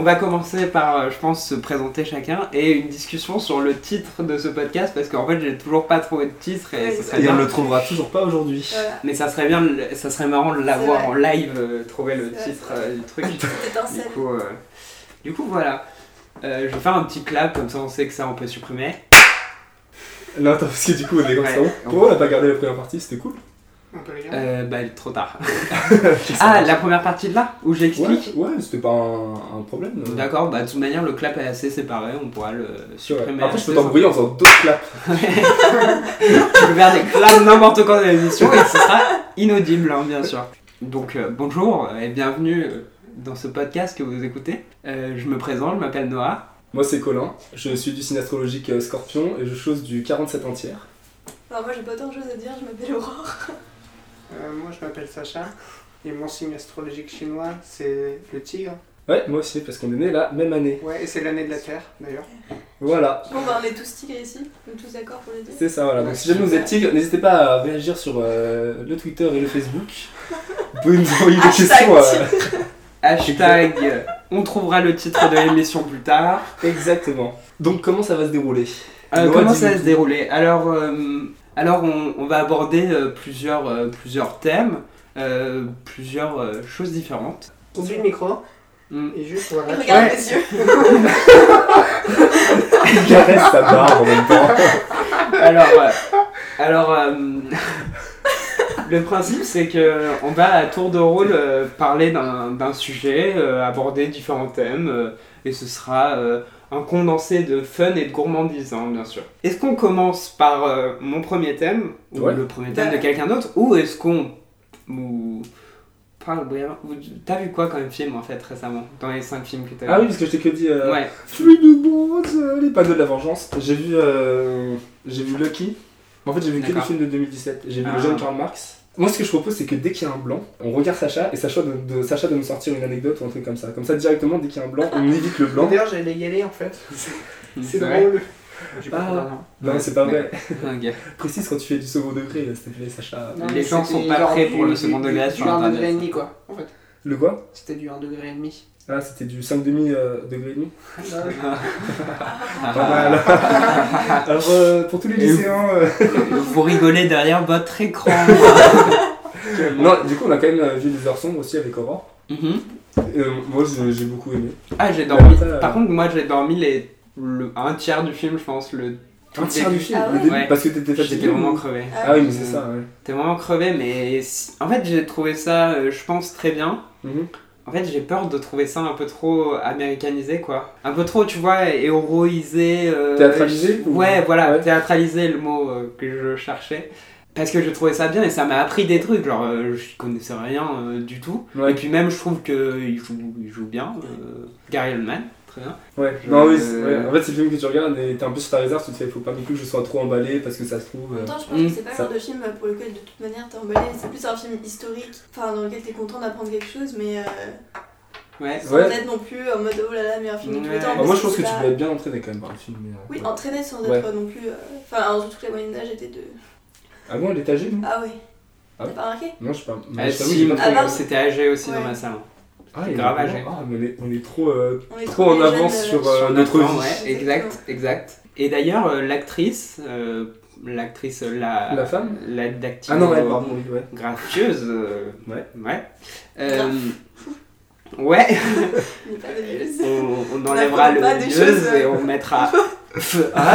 on va commencer par, je pense, se présenter chacun et une discussion sur le titre de ce podcast parce qu'en fait, j'ai toujours pas trouvé de titre et ça serait Et bien. on le trouvera toujours pas aujourd'hui. Voilà. Mais ça serait bien, ça serait marrant de l'avoir C'est en live, trouver le C'est titre du truc. Étincelle. Du coup, voilà. Je vais faire un petit clap, comme ça on sait que ça on peut supprimer. Non, attends, parce que du coup, on est comme Ouais. ça. Pourquoi on a pas gardé la première partie? C'était cool. On peut les garder. Bah, trop tard. Ah, la première partie de là, où j'explique. Ouais, c'était pas un problème. D'accord, bah de toute manière, le clap est assez séparé, on pourra le C'est vrai. supprimer. Après, je peux assez t'embrouiller en faisant d'autres claps. Tu peux faire des claps n'importe quand dans l'émission et ce sera inaudible, hein, bien sûr. Donc, bonjour et bienvenue dans ce podcast que vous écoutez. Je me présente, je m'appelle Noah. Moi, c'est Colin. Je suis du signe astrologique Scorpion et je chose du 47 entière. Alors moi j'ai pas tant de choses à dire, je m'appelle Aurore. Moi je m'appelle Sacha et mon signe astrologique chinois c'est le tigre. Ouais, moi aussi, parce qu'on est nés la même année. Ouais, et c'est l'année de la Terre d'ailleurs. Voilà. Bon bah on est tous tigres ici, on est tous d'accord pour le dire. C'est ça, voilà. Donc, si jamais vous êtes tigre, n'hésitez pas à réagir sur le Twitter et le Facebook. Vous pouvez nous envoyer des questions. Hashtag, on trouvera le titre de l'émission plus tard. Exactement. Donc, comment ça va se dérouler? Noah, Comment ça va dis-nous se tout. dérouler? Alors on va aborder plusieurs thèmes, plusieurs choses différentes. Oublie le micro Mm. et juste voilà. Regarde Ouais. mes yeux. Il caresse sa barbe en même temps. Le principe c'est que on va à tour de rôle parler d'un sujet, aborder différents thèmes, et ce sera un condensé de fun et de gourmandise, hein, bien sûr. Est-ce qu'on commence par mon premier thème, ou Ouais. le premier thème de quelqu'un d'autre, ou est-ce qu'on... T'as vu quoi comme film en fait récemment, dans les 5 films que t'as vu? Ah oui, parce que je t'ai que dit. Ouais. Fluide de bronze, les panneaux de la vengeance. J'ai vu Lucky. En fait, j'ai vu que les D'accord. films de 2017. J'ai vu Ah. le jeune Karl Marx. Moi, ce que je propose, c'est que dès qu'il y a un blanc, on regarde Sacha et Sacha de nous sortir une anecdote ou un truc comme ça. Comme ça, directement, dès qu'il y a un blanc, on évite le blanc. D'ailleurs j'allais y aller en fait. C'est vrai. drôle. J'ai pas Ah. trop d'argent. Non, c'est pas vrai. Ok. Précise quand tu fais du second degré, s'il te plaît, Sacha. Non, Les mais gens c'était sont pas genre prêts pour du- le second du- degré du sur 1,5 Internet. degré quoi en fait. Le quoi? C'était du 1,5 degré. Ah, c'était du 5,5 degré et demi. Ah. Pas mal. Alors, pour tous les Et lycéens. Vous rigolez derrière votre écran. Non, du coup, on a quand même vu des heures sombres aussi avec Aurore. Mhm. Moi, j'ai beaucoup aimé. Ah, j'ai dormi. Ça, Par contre, moi j'ai dormi un tiers du film, je pense. Un tiers du film, Ah le ouais. début, Ouais. parce que t'étais J'étais fatigué. vraiment ou- crevé. Ah oui, mais c'est ça, ouais. T'es vraiment crevé, mais en fait j'ai trouvé ça, je pense, très bien. Mhm. En fait, j'ai peur de trouver ça un peu trop américanisé, quoi. Un peu trop, tu vois, héroïsé. Théâtralisé ou- Ouais, voilà, Ouais. théâtralisé, le mot que je cherchais. Parce que je trouvais ça bien et ça m'a appris des trucs, genre je connaissais rien du tout. Ouais. Et puis même, je trouve qu'il joue bien, Gary Oldman, très bien. Ouais. Non, oui, ouais. En fait, c'est le film que tu regardes et t'es un peu sur ta réserve, tu te fais, faut pas non plus que je sois trop emballé parce que ça se trouve. En même temps, je pense que c'est pas le genre de film pour lequel de toute manière t'es emballé, c'est plus un film historique, enfin dans lequel t'es content d'apprendre quelque chose, mais Ouais. sans Ouais. être non plus en mode oh là là, meilleur film de tous les Ouais. temps. Bah, parce moi, je pense que c'est tu pas- dois être bien entraîné quand même par le film. Mais, Oui, ouais. entraîné sans Ouais. être non plus. Enfin, surtout que la moyenne d'âge était de. Ah bon, elle est âgée, non? Ah ouais. Ah T'as ouais. pas remarqué? Non, je sais pas. Ah, je t'avoue, si, j'ai pas trop Ah, regardé. pardon. c'était âgé aussi Ouais. dans ma salle. Ah, il est grave vraiment- âgé. Ah, mais on est trop On est en les avance jeunes, sur Sur notre temps, vie. ouais, exact. Et d'ailleurs, l'actrice, La femme? la d'active Ah non, ouais, pardon, oui, ouais. gracieuse, Ouais. Ouais, Il n'est pas de vieuse. on enlèvera le pas des vieuse choses, et on mettra feu. Ah.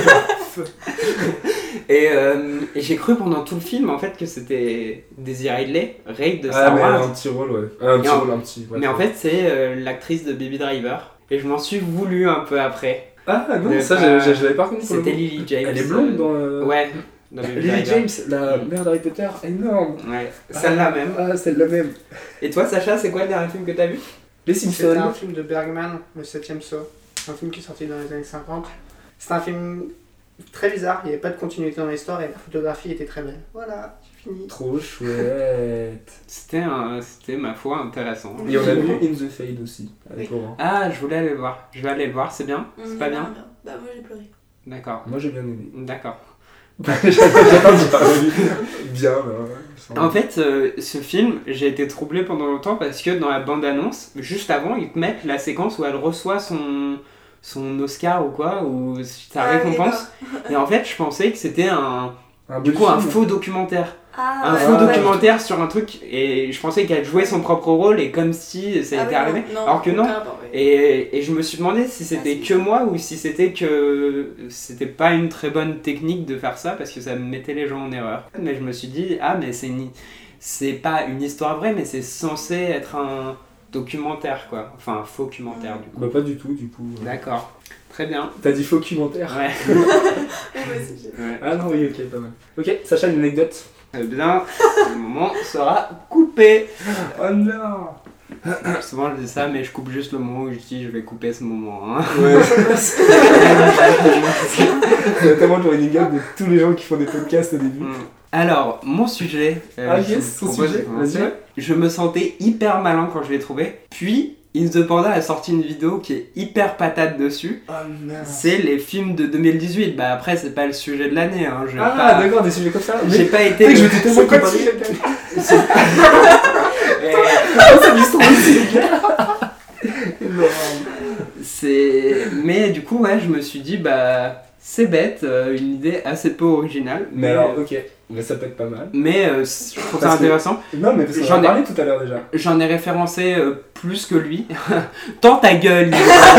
Et j'ai cru pendant tout le film en fait que c'était Daisy Ridley, Rey de Ah, Star mais Wars. un petit rôle, ouais. Un petit Et en- rôle, un petit. Ouais, Mais en fait c'est l'actrice de Baby Driver. Et je m'en suis voulu un peu après. Ah non, de ça, pas- je l'avais pas reconnu pour le C'était coup. Lily James. Elle est blonde dans. Ouais, dans Baby Lily Driver. James, la mère d'Harry Potter, énorme. Ouais, celle-là même. Ah, celle-là même. Et toi, Sacha, c'est quoi le dernier film que t'as vu? Les C'était un Simpsons. film de Bergman, le 7ème saut. Un film qui est sorti dans les années 50. C'est un film très bizarre, il n'y avait pas de continuité dans l'histoire et la photographie était très belle. Voilà, j'ai fini. Trop chouette. C'était ma foi intéressant. Et on a vu In the Fade aussi, avec Oui. Laurent. Ah, je voulais aller le voir. Je vais aller le voir, c'est bien? C'est pas bien? Bah, moi j'ai pleuré. D'accord. Moi j'ai bien aimé. D'accord. J'attends d'y parler. Bien, En fait, ce film, j'ai été troublé pendant longtemps parce que dans la bande-annonce, juste avant, ils te mettent la séquence où elle reçoit son Oscar ou quoi, ou sa récompense. Et en fait, je pensais que c'était un faux documentaire. Un faux documentaire sur un truc, et je pensais qu'elle jouait son propre rôle et comme si ça était arrivé. Alors que non. Et je me suis demandé si c'était que moi ou si c'était pas une très bonne technique de faire ça parce que ça me mettait les gens en erreur. Mais je me suis dit, mais c'est pas une histoire vraie, mais c'est censé être un documentaire quoi. Enfin, un faux documentaire du coup. Bah, pas du tout, du coup. D'accord. Très bien. T'as dit faux documentaire? Ouais. Ah non, oui, ok, pas mal. Ok, Sacha, une anecdote? Eh bien, le moment sera coupé. Oh non! Souvent je dis ça, mais je coupe juste le moment où je dis je vais couper ce moment. Hein. Ouais. Notamment genre une anecdote de tous les gens qui font des podcasts au début. Alors, mon sujet. Son sujet? Vas-y. Je me sentais hyper malin quand je l'ai trouvé. Puis, In The Panda a sorti une vidéo qui est hyper patate dessus. Oh non. C'est les films de 2018. Bah après, c'est pas le sujet de l'année. Hein. D'accord, des sujets comme ça. J'ai pas été. Je vais tellement comparer. C'est l'histoire aussi. Mais du coup, ouais, je me suis dit, c'est bête, une idée assez peu originale. Mais alors, ok, mais ça peut être pas mal. Mais je trouve ça intéressant. Non, mais parce qu'on en a parlé tout à l'heure déjà. J'en ai référencé plus que lui. Tends ta gueule.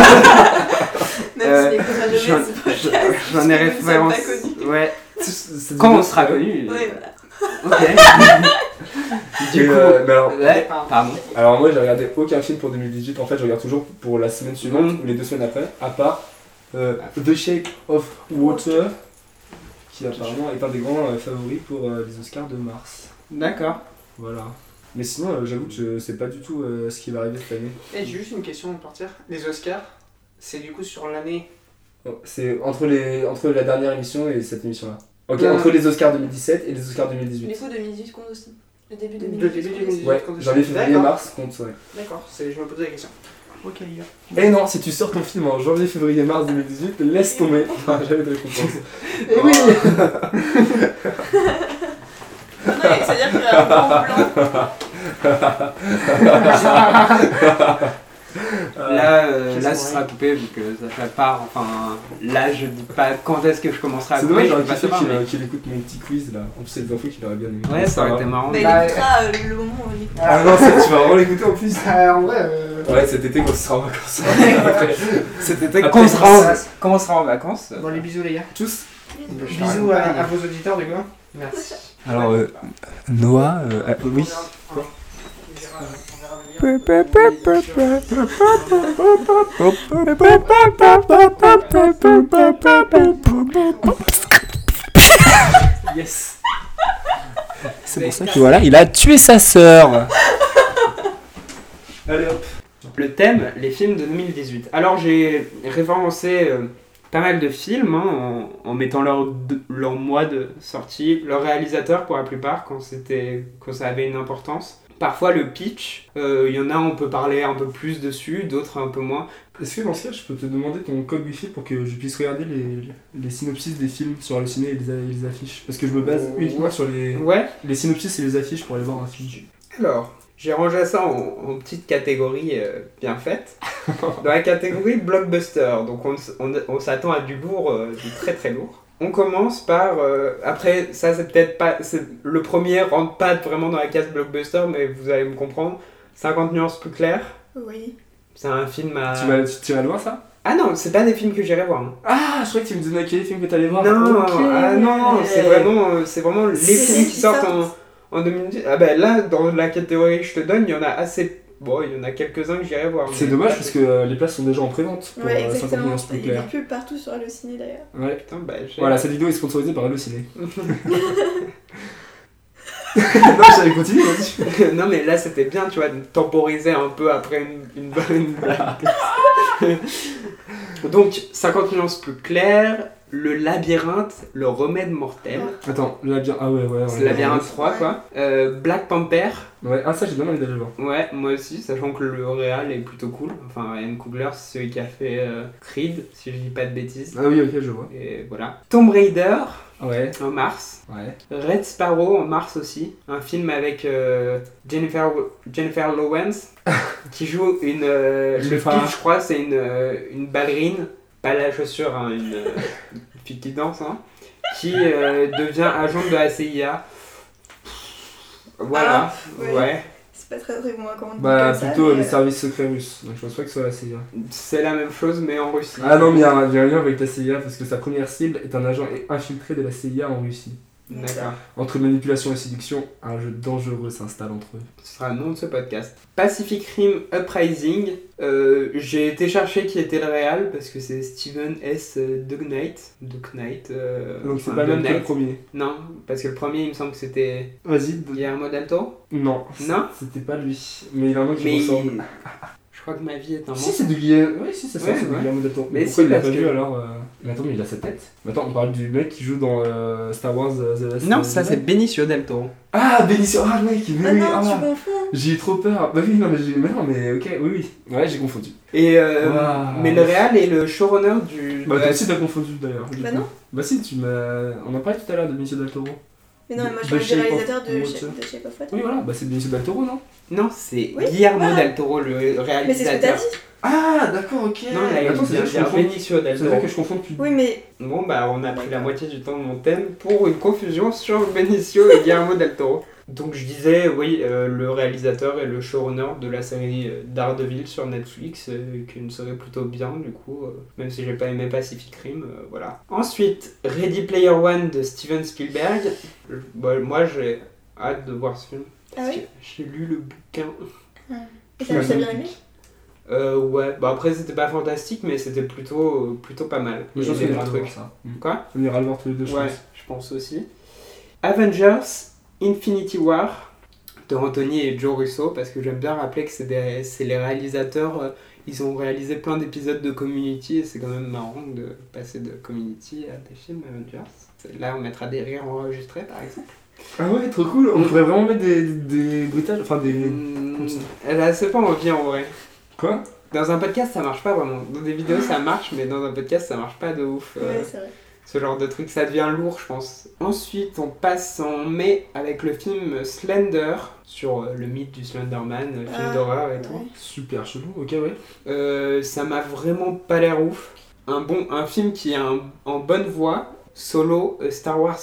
J'en ai référencé. Ouais. Quand on sera connu. Ouais, voilà. Ok. Du coup, mais alors, pardon. Alors moi j'ai regardé aucun film pour 2018, en fait je regarde toujours pour la semaine suivante ou les 2 semaines après, à part The Shape of Water, qui apparemment est un des grands favoris pour les Oscars de mars. D'accord. Voilà. Mais sinon j'avoue que je sais pas du tout ce qui va arriver cette année. Et j'ai juste une question pour partir. Les Oscars, c'est du coup sur l'année. C'est entre la dernière émission et cette émission là. Ok, entre les Oscars 2017 et les Oscars 2018. Du coup 2018 compte aussi. Le début Le 2018. début 2018. Ouais, janvier, février, mars compte, ouais. D'accord, je me posais la question. Ok, les gars. Eh non, si tu sors ton film en janvier, février, mars 2018, laisse tomber. J'avais de récompense. Et oui. C'est-à-dire qu'il y a un bon blanc. Là, ce sera coupé vu que ça part. Enfin, là, je dis pas quand est-ce que je commencerai à c'est couper. dommage, Je j'aurais pas kiffé savoir, qu'il écoute mon petit quiz là. En plus, c'est des infos qu'il aurait bien aimé. Ouais, ça aurait été marrant. Mais il écoutera le moment où on écoute. Ah non, tu vas vraiment l'écouter en plus. En vrai. Ouais, cet été quand tu seras en vacances. Cet été, quand on sera en vacances. Bon, les bisous, les gars. Tous. Bisous à vos auditeurs, du coup. Merci. Alors, Noah, oui. Yes. C'est pour ça que voilà, il a tué sa sœur. Allez hop. Le thème, les films de 2018. Alors j'ai référencé pas mal de films en mettant leur mois de sortie, leur réalisateur pour la plupart quand ça avait une importance. Parfois le pitch, il y en a on peut parler un peu plus dessus, d'autres un peu moins. Est-ce que dans ce cas je peux te demander ton code wifi pour que je puisse regarder les synopsis des films sur Allociné et les affiches? Parce que je me base uniquement sur les synopsis et les affiches pour aller voir un film. Alors, j'ai rangé ça en petites catégories bien faites. Dans la catégorie blockbuster, donc on s'attend à du lourd, du très très lourd. On commence par... après, ça c'est peut-être pas... le premier rentre pas vraiment dans la case blockbuster, mais vous allez me comprendre. 50 nuances plus claires. Oui. C'est un film à... Tu vas le voir ça? Ah non, c'est pas des films que j'irai voir. Hein. Ah, je croyais que tu me disais quel film que t'allais voir. Non, okay. Non, c'est vraiment les films qui sortent en 2018. Ah ben là, dans la catégorie que je te donne, il y en a assez... Bon, il y en a quelques-uns que j'irai voir. C'est dommage parce que les places sont déjà en pré-vente pour 50 nuances plus claires. Il y a claires. des pubs partout sur Allociné d'ailleurs. Ouais. Putain, voilà, cette vidéo est sponsorisée par Allociné. Non, j'allais continuer, vas-y. Non, mais là, c'était bien, tu vois, de temporiser un peu après une blague. Donc, 50 nuances plus claires, Le Labyrinthe, le remède mortel. Attends, le labyrinthe. Ah ouais. C'est le Labyrinthe 3, quoi. Black Panther. Ouais, ah ça j'ai bien envie d'aller le voir. Ouais, moi aussi, sachant que le réal est plutôt cool. Enfin, Ryan Coogler, c'est celui qui a fait Creed, si je dis pas de bêtises. Ah oui, ok, je vois. Et voilà. Tomb Raider, Ouais. en mars. Ouais. Red Sparrow, en mars aussi. Un film avec Jennifer Lawrence, qui joue une... le pitch, je crois, c'est une ballerine, pas la chaussure, hein, une fille qui danse, hein, qui devient agente de la CIA. Voilà, ouais. C'est pas très bon à comment Bah dire plutôt ça, les services secrets russes, donc je pense pas que ce soit la CIA. C'est la même chose, mais en Russie. Ah non, mais il y a un lien avec la CIA parce que sa première cible est un agent infiltré de la CIA en Russie. D'accord. Entre manipulation et séduction, un jeu dangereux s'installe entre eux. Ce sera le nom de ce podcast. Pacific Rim Uprising. J'ai été chercher qui était le réal parce que c'est Steven S. Dugnight. Donc c'est pas le même que le premier. Non, parce que le premier, il me semble que c'était Vas-y. Guillermo del Toro. Non. Non. C'était pas lui. Mais il a un nom qui Mais ressemble. je crois que ma vie est un Si, mensonge. c'est de Guillermo. Oui, si, c'est ça, Ouais, c'est de ouais. Guillermo del Toro. Mais pourquoi si, il l'a parce pas vu que- alors Mais attends, mais il a sa tête. Mais attends, on parle du mec qui joue dans Star Wars The Last Non, ça Jedi. c'est Benicio del Toro. Ah, Benicio, ah mec, mais Ah oui, non, ah. tu confonds. J'ai eu trop peur. Bah oui, non, mais ok, oui. Ouais, j'ai confondu. Et Waouh. mais le réal est le showrunner du. Bah de toi la- aussi t'as confondu d'ailleurs. du Bah coup. non. Bah si, tu m'as... On en parlait tout à l'heure de Benicio del Toro. Mais non, mais moi je The parle du Shape of réalisateur de Water. Shape of Water. Oui, voilà, bah c'est Benicio del Toro, non? Non, c'est Oui, Guillermo voilà. del Toro, le Mais c'est ce que t'as réalisateur. dit. Ah, d'accord, ok. Non, il a Attends, c'est bien vrai que je dire confonds. Benicio del C'est vrai Toro. que je confonds depuis. Oui, mais Bon, bah, on a pris la moitié du temps de mon thème pour une confusion sur Benicio et Guillermo del Toro. Donc, je disais, oui, le réalisateur et le showrunner de la série Daredevil sur Netflix, qui est une série plutôt bien, du coup, même si j'ai pas aimé Pacific Rim, voilà. Ensuite, Ready Player One de Steven Spielberg. Moi, j'ai hâte de voir ce film. Ah oui. J'ai lu le bouquin. Et t'as bien aimé? Ouais, bah après c'était pas fantastique, mais c'était plutôt pas mal. Mais Il je y pense avait qu'on des ira bons le voir trucs. ça. Quoi? On ira le voir tous les deux, je Ouais, pense. je pense aussi. Avengers Infinity War de Anthony et Joe Russo, parce que j'aime bien rappeler que c'est les réalisateurs, ils ont réalisé plein d'épisodes de Community et c'est quand même marrant de passer de Community à des films Avengers. Là on mettra des rires enregistrés par exemple. Ah ouais, trop cool. On pourrait vraiment mettre des bruitages, enfin des... comme ça. Elle a assez pas envie en vrai. Quoi? Dans un podcast ça marche pas vraiment. Dans des vidéos ça marche, mais dans un podcast ça marche pas de ouf. Ouais, c'est vrai. Ce genre de truc, ça devient lourd, je pense. Ensuite, on passe en mai avec le film Slender, sur le mythe du Slenderman, film d'horreur et tout. Ouais. Super chelou, ok, ouais. Ça m'a vraiment pas l'air ouf. Un film qui est en bonne voie. Solo, Star Wars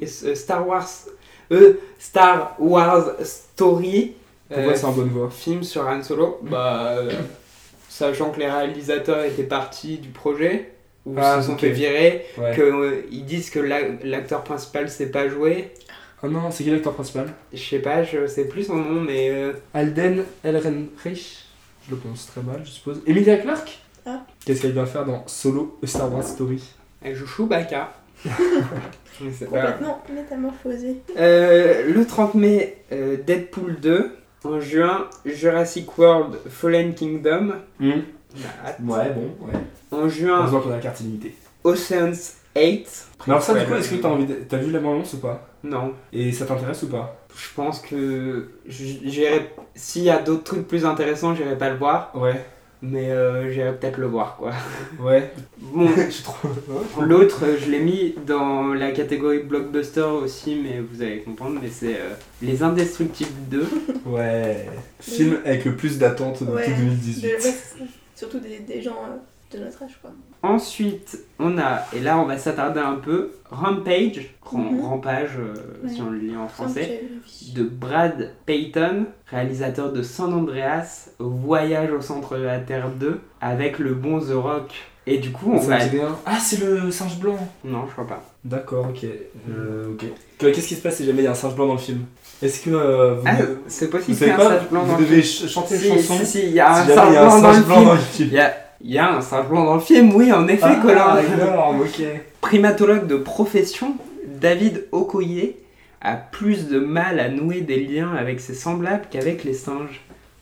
Story. Pourquoi c'est en bonne voie? Film sur Han Solo. Sachant que les réalisateurs étaient partis du projet, ou se sont ok. fait virer, Ouais. qu'ils disent que l'acteur principal sait pas jouer. Ah non, c'est qui l'acteur principal? Je sais pas, je sais plus son nom, mais Alden Ehrenreich, je le prononce très mal, je suppose. Emilia Clarke. Ah. Qu'est-ce qu'elle vient faire dans Solo, A Star Wars Story? elle joue Chewbacca. Mais c'est pas grave. Complètement métamorphosé. Le 30 mai, Deadpool 2. En juin, Jurassic World Fallen Kingdom. On a hâte. Ouais, bon, ouais. En juin, Heureusement qu'on a la carte illimitée. Ocean's 8. Mais alors ça, du coup, Ouais, est-ce que t'as envie de... T'as vu la bande-annonce ou pas? Non. Et ça t'intéresse ou pas? Je pense que j'irai. S'il y a d'autres trucs plus intéressants, j'irai pas le voir. Ouais. Mais j'irai peut-être le voir, quoi. Ouais. Bon, Je suis trop... Ouais. l'autre, je l'ai mis dans la catégorie blockbuster aussi, mais vous allez comprendre, mais c'est Les Indestructibles 2. Ouais. Film avec le plus d'attente de Ouais. tout 2018. Ouais, c'est ça. Surtout des gens de notre âge, quoi. Ensuite, on a, et là on va s'attarder un peu, Rampage, Rampage si Ouais. on le lit en français, J'avais vu. de Brad Payton, réalisateur de San Andreas, Voyage au centre de la Terre 2, avec le bon The Rock. Et du coup, on Ça va... me dit rien. Ah, c'est le singe blanc. Non, je crois pas. D'accord, ok. Ok. Qu'est-ce qui se passe si jamais il y a un singe blanc dans le film? Est-ce que vous, Ah, c'est vous possible qu'il y savez ait un pas, singe blanc vous dans le devez film. chanter une Si, chanson si, il y a un si jamais singe il y a un blanc dans singe le blanc film. dans le film. Il y a un singe blanc dans le film, oui, en effet, Colin. Ah, énorme, ok. Primatologue de profession, David Okoye a plus de mal à nouer des liens avec ses semblables qu'avec les singes.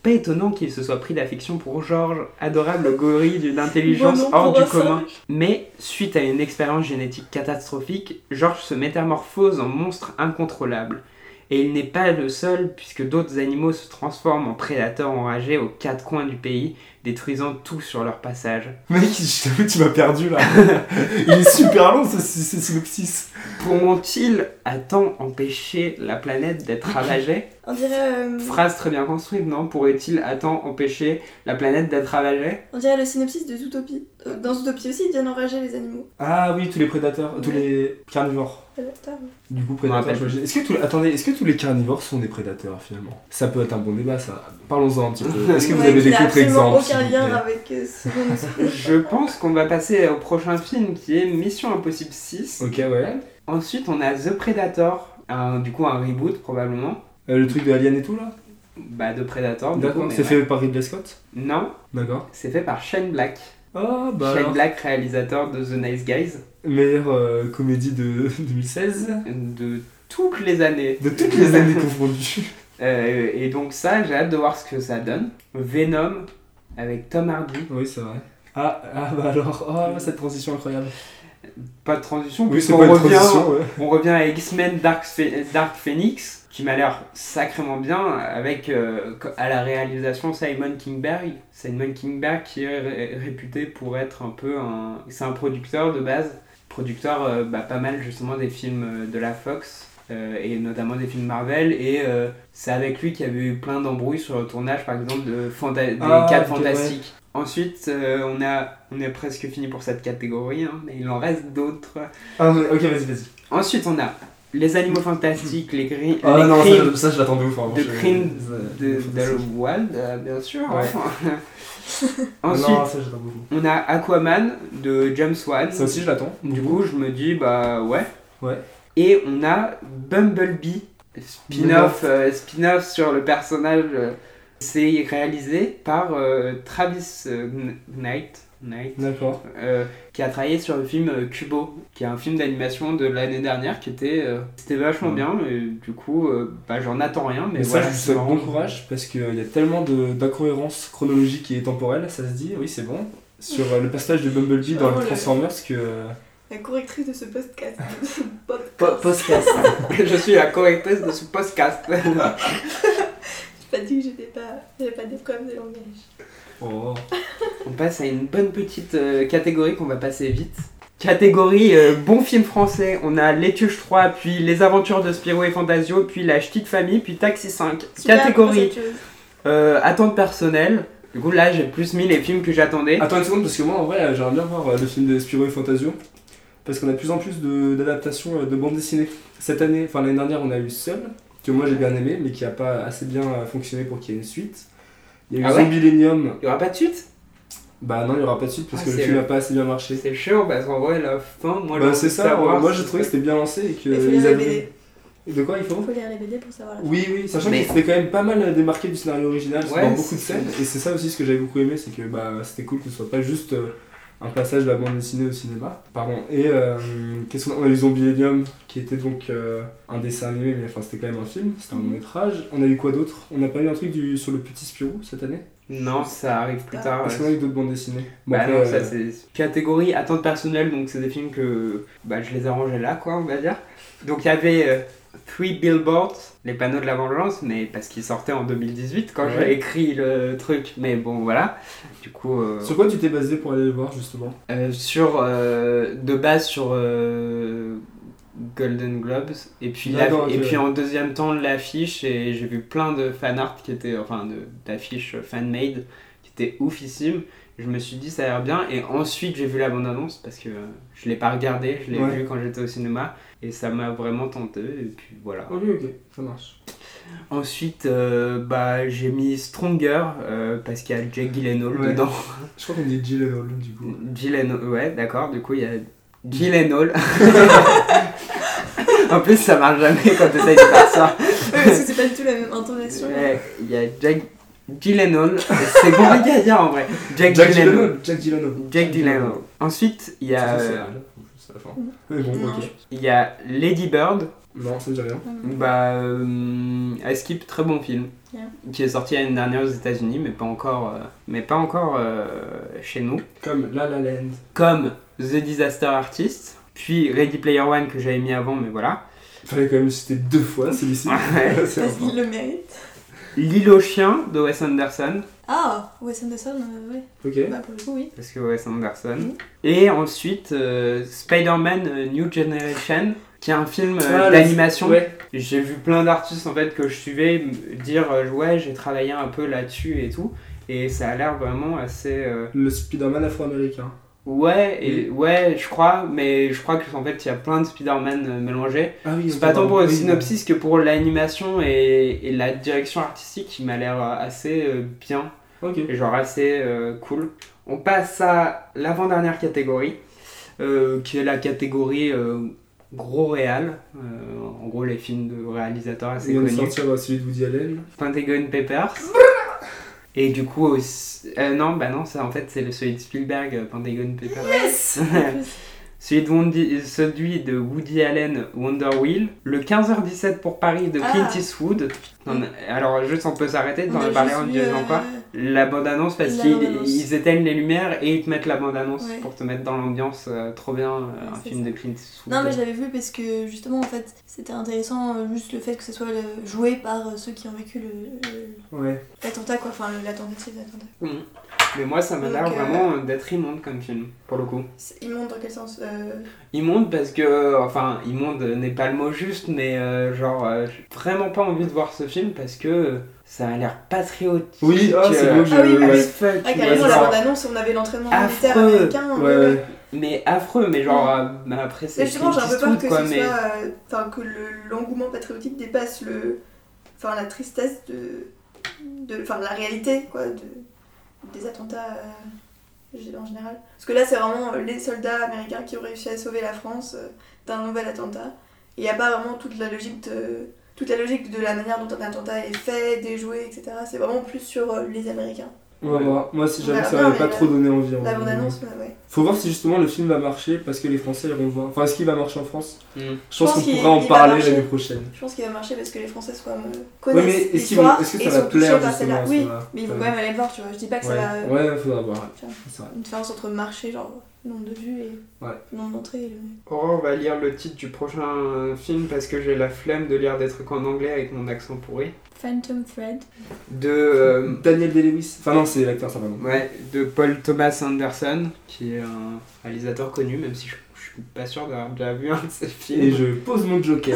Pas étonnant qu'il se soit pris d'affection pour George, adorable gorille d'une intelligence Bon, non, hors pour du un commun. singe. Mais, suite à une expérience génétique catastrophique, George se métamorphose en monstre incontrôlable. Et il n'est pas le seul, puisque d'autres animaux se transforment en prédateurs enragés aux quatre coins du pays, détruisant tout sur leur passage. Mec, je t'avoue, tu m'as perdu là. Il est super long ce synopsis. Pourront-ils à temps empêcher la planète d'être ravagée? On dirait, Phrase très bien construite, non? Pourrait-il à temps empêcher la planète d'être ravagée? on dirait le synopsis de Zootopie. Dans Zootopie aussi, ils viennent enrager les animaux. Ah oui, tous les prédateurs, tous les carnivores. Prédateurs. Du coup, Je me prédateurs, rappelle. j'imagine. Est-ce que tous les carnivores sont des prédateurs finalement? Ça peut être un bon débat ça. Parlons-en un petit peu. Est-ce que vous Ouais, avez qui des n'a absolument contre-exemples? s'il aucun vous lien plaît avec ce dont nous sommes. Je pense qu'on va passer au prochain film qui est Mission Impossible 6. Ok, ouais. Ensuite, on a The Predator, du coup un reboot probablement. Le truc de Alien et tout là? Bah, de Predator, du coup, D'accord, mais c'est ouais. fait par Ridley Scott? Non, D'accord. c'est fait par Shane Black. Ah bah Shane alors. Black, réalisateur de The Nice Guys, Meilleure comédie de 2016. de toutes les années. De toutes les années confondues. Et donc ça, j'ai hâte de voir ce que ça donne. Venom, avec Tom Hardy. Oui, c'est vrai. Ah bah alors, oh, cette transition incroyable. Pas de transition, Oui, c'est puisqu'on pas une revient, transition, ouais. on revient à X-Men Dark Phoenix, qui m'a l'air sacrément bien, avec à la réalisation Simon Kinberg. Simon Kinberg qui est réputé pour être un peu un... C'est un producteur de base, producteur pas mal justement des films de la Fox, et notamment des films Marvel, et c'est avec lui qu'il y avait eu plein d'embrouilles sur le tournage par exemple des 4 ok, Fantastiques. Ensuite, on est presque fini pour cette catégorie, hein, mais il en reste d'autres. Ah, ok, vas-y. Ensuite, on a les animaux fantastiques, les crimes Ah non, ça je l'attendais ouf. de Crimes de Wild, bien sûr. Ouais. Ensuite, Non, ça j'attends beaucoup. on a Aquaman de James Wan. Ça aussi je l'attends. Du coup, je me dis, bah ouais. Ouais. Et on a Bumblebee, spin-off sur le personnage. C'est réalisé par Travis Knight, D'accord. qui a travaillé sur le film Kubo, qui est un film d'animation de l'année dernière qui c'était vachement bien, et du coup j'en attends rien, mais Mais voilà. ça, je lui c'est souhaite marrant. bon courage parce qu'il y a tellement d'incohérences chronologiques et temporelles, ça se dit, oui c'est bon, sur le passage de Bumblebee dans Oh les là. Transformers que... La correctrice de ce podcast. Podcast. Je suis la correctrice de ce podcast. J'ai pas dit que j'avais pas des problèmes de langage. Oh. On passe à une bonne petite catégorie qu'on va passer vite. Catégorie bon film français. On a Les Tuches 3, puis Les Aventures de Spirou et Fantasio, puis La Ch'tite Famille, puis Taxi 5. Super, Catégorie conceptueuse. attente personnelle. Du coup là j'ai plus mis les films que j'attendais. Attends une seconde parce que moi en vrai j'aimerais bien voir le film de Spirou et Fantasio parce qu'on a de plus en plus d'adaptations de bandes dessinées. Cette année, enfin l'année dernière on a eu Seul, que moi j'ai bien aimé mais qui a pas assez bien fonctionné pour qu'il y ait une suite. Il y a eu Ah ouais Zombilenium. Il y aura pas de suite? Bah non il y aura pas de suite parce Ah, que le c'est film le- a pas assez bien marché. C'est chaud parce qu'en vrai la fin, moi Bah j'ai c'est envie de ça, savoir moi si j'ai trouvé que c'était bien lancé et que Il faut lire ils les avaient... BD. De quoi il faut? Il faut lire les BD pour savoir la fin. Oui, sachant Mais- qu'il s'était quand même pas mal démarqué du scénario original Ouais, dans beaucoup de c'est- scènes, et c'est ça aussi ce que j'avais beaucoup aimé, c'est que c'était cool que ce soit pas juste un passage de la bande dessinée au cinéma. Pardon. Et qu'est-ce qu'on a? On a eu Zombilenium, qui était donc un dessin animé, mais enfin c'était quand même un film, c'était un long métrage. On a eu quoi d'autre? On n'a pas eu un truc sur le petit Spirou cette année? Non, ça arrive plus tard. Est-ce qu'on a eu d'autres bandes dessinées? Bah après, non, ça c'est catégorie attente personnelle, donc c'est des films que je les ai rangés là, quoi, on va dire. Donc il y avait Three Billboards, les panneaux de la vengeance, mais parce qu'ils sortaient en 2018 quand Ouais. j'ai écrit le truc, mais bon voilà. Du coup, Sur quoi tu t'es basé pour aller le voir justement? de base sur Golden Globes, et puis, D'accord, et ok. puis en deuxième temps l'affiche, et j'ai vu plein de fanart qui étaient, d'affiches fan-made qui étaient oufissimes. Je me suis dit ça a l'air bien, et ensuite j'ai vu la bande-annonce parce que je l'ai pas regardé, je l'ai Ouais. vu quand j'étais au cinéma, et ça m'a vraiment tenté, et puis voilà. Ok, ça marche. Ensuite, j'ai mis Stronger parce qu'il y a Jake Gyllenhaal Ouais. dedans. Je crois qu'on dit Gyllenhaal du coup. Gyllenhaal, ouais, d'accord, du coup il y a Gyllenhaal. En plus, ça marche jamais quand tu essayes de faire ça. Ouais, parce que c'est pas du tout la même intonation. Ouais, il y a Jake Gyllenhaal. C'est compliqué à dire en vrai. Jake Gyllenhaal. Jake Gyllenhaal. Ensuite, il y a C'est la fin. Mais bon, ok. il y a Lady Bird Non, ça me dit rien. Bah, Ice Skip, très bon film, Yeah. qui est sorti l'année dernière aux États-Unis, mais pas encore chez nous. Comme La La Land. Comme The Disaster Artist, puis Ready Player One que j'avais mis avant, mais voilà. Fallait quand même citer 2 fois celui-ci. Ouais. C'est Parce important. qu'il le mérite. L'île aux chiens de Wes Anderson, Ah, Wes Anderson, ouais. Ok. Bah, pour le coup, oui. parce que Wes Anderson. Mhm. Et ensuite Spider-Man New Generation, qui est un film Ah, d'animation. Ouais. J'ai vu plein d'artistes en fait que je suivais dire ouais, j'ai travaillé un peu là-dessus et tout, et ça a l'air vraiment assez Le Spider-Man afro-américain. ouais, je crois qu'en fait il y a plein de Spider-Man mélangés. Ah oui, C'est pas tant pour le synopsis que pour l'animation et la direction artistique, il m'a l'air assez bien, Ok. et genre assez cool. On passe à l'avant-dernière catégorie, qui est la catégorie gros réal, en gros les films de réalisateurs assez Il vient de connus. sortir celui de Woody Allen. Pentagon Papers. Et du coup aussi... non, ça en fait c'est celui de Spielberg, Pentagon Papers. Yes. Celui de Woody Allen, Wonder Wheel. Le 15h17 pour Paris de Clint Eastwood. Alors juste on peut s'arrêter d'en parler en disant quoi. La bande-annonce, parce La qu'ils bande-annonce. ils éteignent les lumières et ils te mettent la bande-annonce Ouais. pour te mettre dans l'ambiance. Trop bien, un c'est film ça. de Clint Eastwood. Non, mais je l'avais vu parce que justement, en fait, c'était intéressant juste le fait que ce soit joué par ceux qui ont vécu Ouais. l'attentat, quoi. Enfin, la tentative d'attentat. Mhm. Mais moi ça m'a Donc, l'air vraiment d'être immonde comme film, pour le coup. Immonde dans quel sens Immonde parce que, enfin, immonde n'est pas le mot juste, mais j'ai vraiment pas envie de voir ce film parce que ça a l'air patriotique. Oui, c'est beau que je. Ah oui, ouais. Fuck, Ah, carrément, ouais, la genre bande-annonce, on avait l'entraînement affreux. militaire américain. Ouais. mais affreux, mais genre, mais après c'est Mais justement, j'ai Clint un peu peur Eastwood, que quoi, ce mais... soit. Enfin, que l'engouement patriotique dépasse la tristesse enfin, la réalité, quoi, des attentats en général. Parce que là, c'est vraiment les soldats américains qui ont réussi à sauver la France d'un nouvel attentat. Et il n'y a pas vraiment toute la logique de la manière dont un attentat est fait, déjoué, etc. C'est vraiment plus sur les Américains. On va voir. Moi, si j'avoue Voilà. que ça Non, m'avait mais pas trop donné envie. La hein. bande-annonce, ouais. Faut voir si justement le film va marcher parce que les Français iront le voir. Enfin, est-ce qu'il va marcher en France? Mm. Je pense qu'on qu'il- pourra en il va parler marcher. l'année prochaine. Je pense qu'il va marcher parce que les Français Ouais, connaissent mais est-ce l'histoire que et ça sont va touchés plaire par justement celle-là. à Oui, ça mais ils vont Ouais. quand même aller le voir, tu vois. Je dis pas que ça va... Ouais, faudra voir. tu vois, C'est vrai. une différence entre marché, genre nombre de vues et Ouais. nombre d'entrées. Aurore va lire le titre du prochain film parce que j'ai la flemme de lire des trucs en anglais avec mon accent pourri. Phantom Thread. De... Daniel Day-Lewis. Enfin, non, c'est l'acteur, ça va non. Ouais, de Paul Thomas Anderson, qui est un réalisateur connu, même si je suis pas sûr d'avoir déjà vu un de ses films. Et je pose mon joker.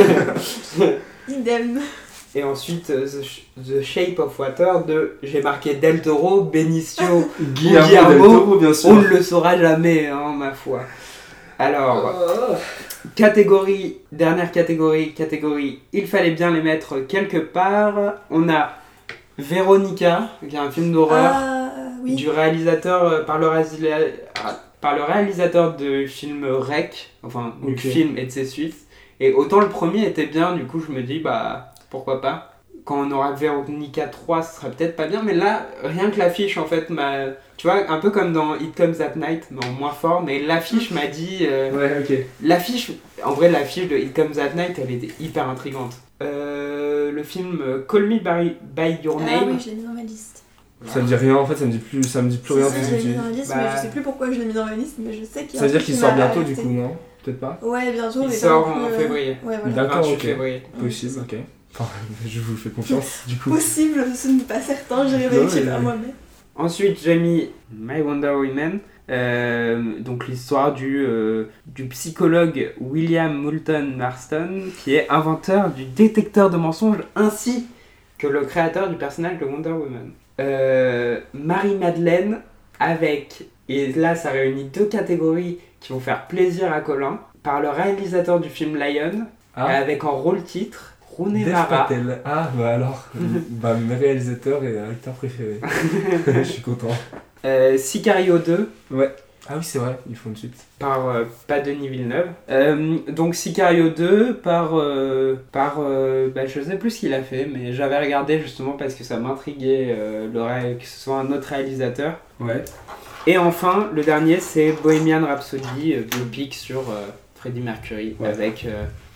Idem. Et ensuite, The Shape of Water de, j'ai marqué Del Toro, Benicio, Guillermo Guillermo, del Toro, bien sûr. on ne le saura jamais, hein, ma foi. Alors, dernière catégorie, il fallait bien les mettre quelque part. On a Véronica, qui est un film d'horreur. Ah, oui. Du réalisateur par le réalisateur de film Rec, enfin du Ok. film et de ses suites. Et autant le premier était bien, du coup je me dis bah pourquoi pas. Quand on aura Véronica 3, ce serait peut-être pas bien, mais là rien que l'affiche en fait m'a, tu vois, un peu comme dans It Comes at Night, mais en moins fort, mais l'affiche m'a dit Ouais, ok. l'affiche de It Comes at Night, elle était hyper intrigante. Le film Call Me by Your Ah Name. oui, je l'ai mis dans ma liste. Ça me dit rien, en fait, ça me dit plus rien Si, du je l'ai mis tout. dans ma liste, Bah. mais je sais plus pourquoi je l'ai mis dans ma liste, mais je sais qu'il y a Ça veut un dire truc qu'il qui sort m'a bientôt, du alerté. coup, non? Peut-être pas? Ouais, bientôt, Il mais sort pas non en plus, février. Ouais, voilà. D'accord, 28 ok. février. Possible, ok. Enfin, je vous fais confiance, du coup. Possible, ce n'est pas certain, j'ai Non, vérifié mais- par moi-même. Ensuite, j'ai mis My Wonder Woman, donc l'histoire du psychologue William Moulton Marston, qui est inventeur du détecteur de mensonges ainsi que le créateur du personnage de Wonder Woman. Marie-Madeleine avec, et là ça réunit deux catégories qui vont faire plaisir à Colin, par le réalisateur du film Lion, avec en rôle titre Rooney Dev Mara. Patel. Ah, bah alors, bah, mes réalisateurs et acteurs préférés. Je suis content. Sicario 2, Ouais. Ah oui, c'est vrai, ils font une suite. par pas Denis Villeneuve. Donc Sicario 2 par je sais plus ce qu'il a fait, mais j'avais regardé justement parce que ça m'intriguait que ce soit un autre réalisateur. Ouais. Et enfin le dernier c'est Bohemian Rhapsody, biopic sur Freddie Mercury, Ouais. avec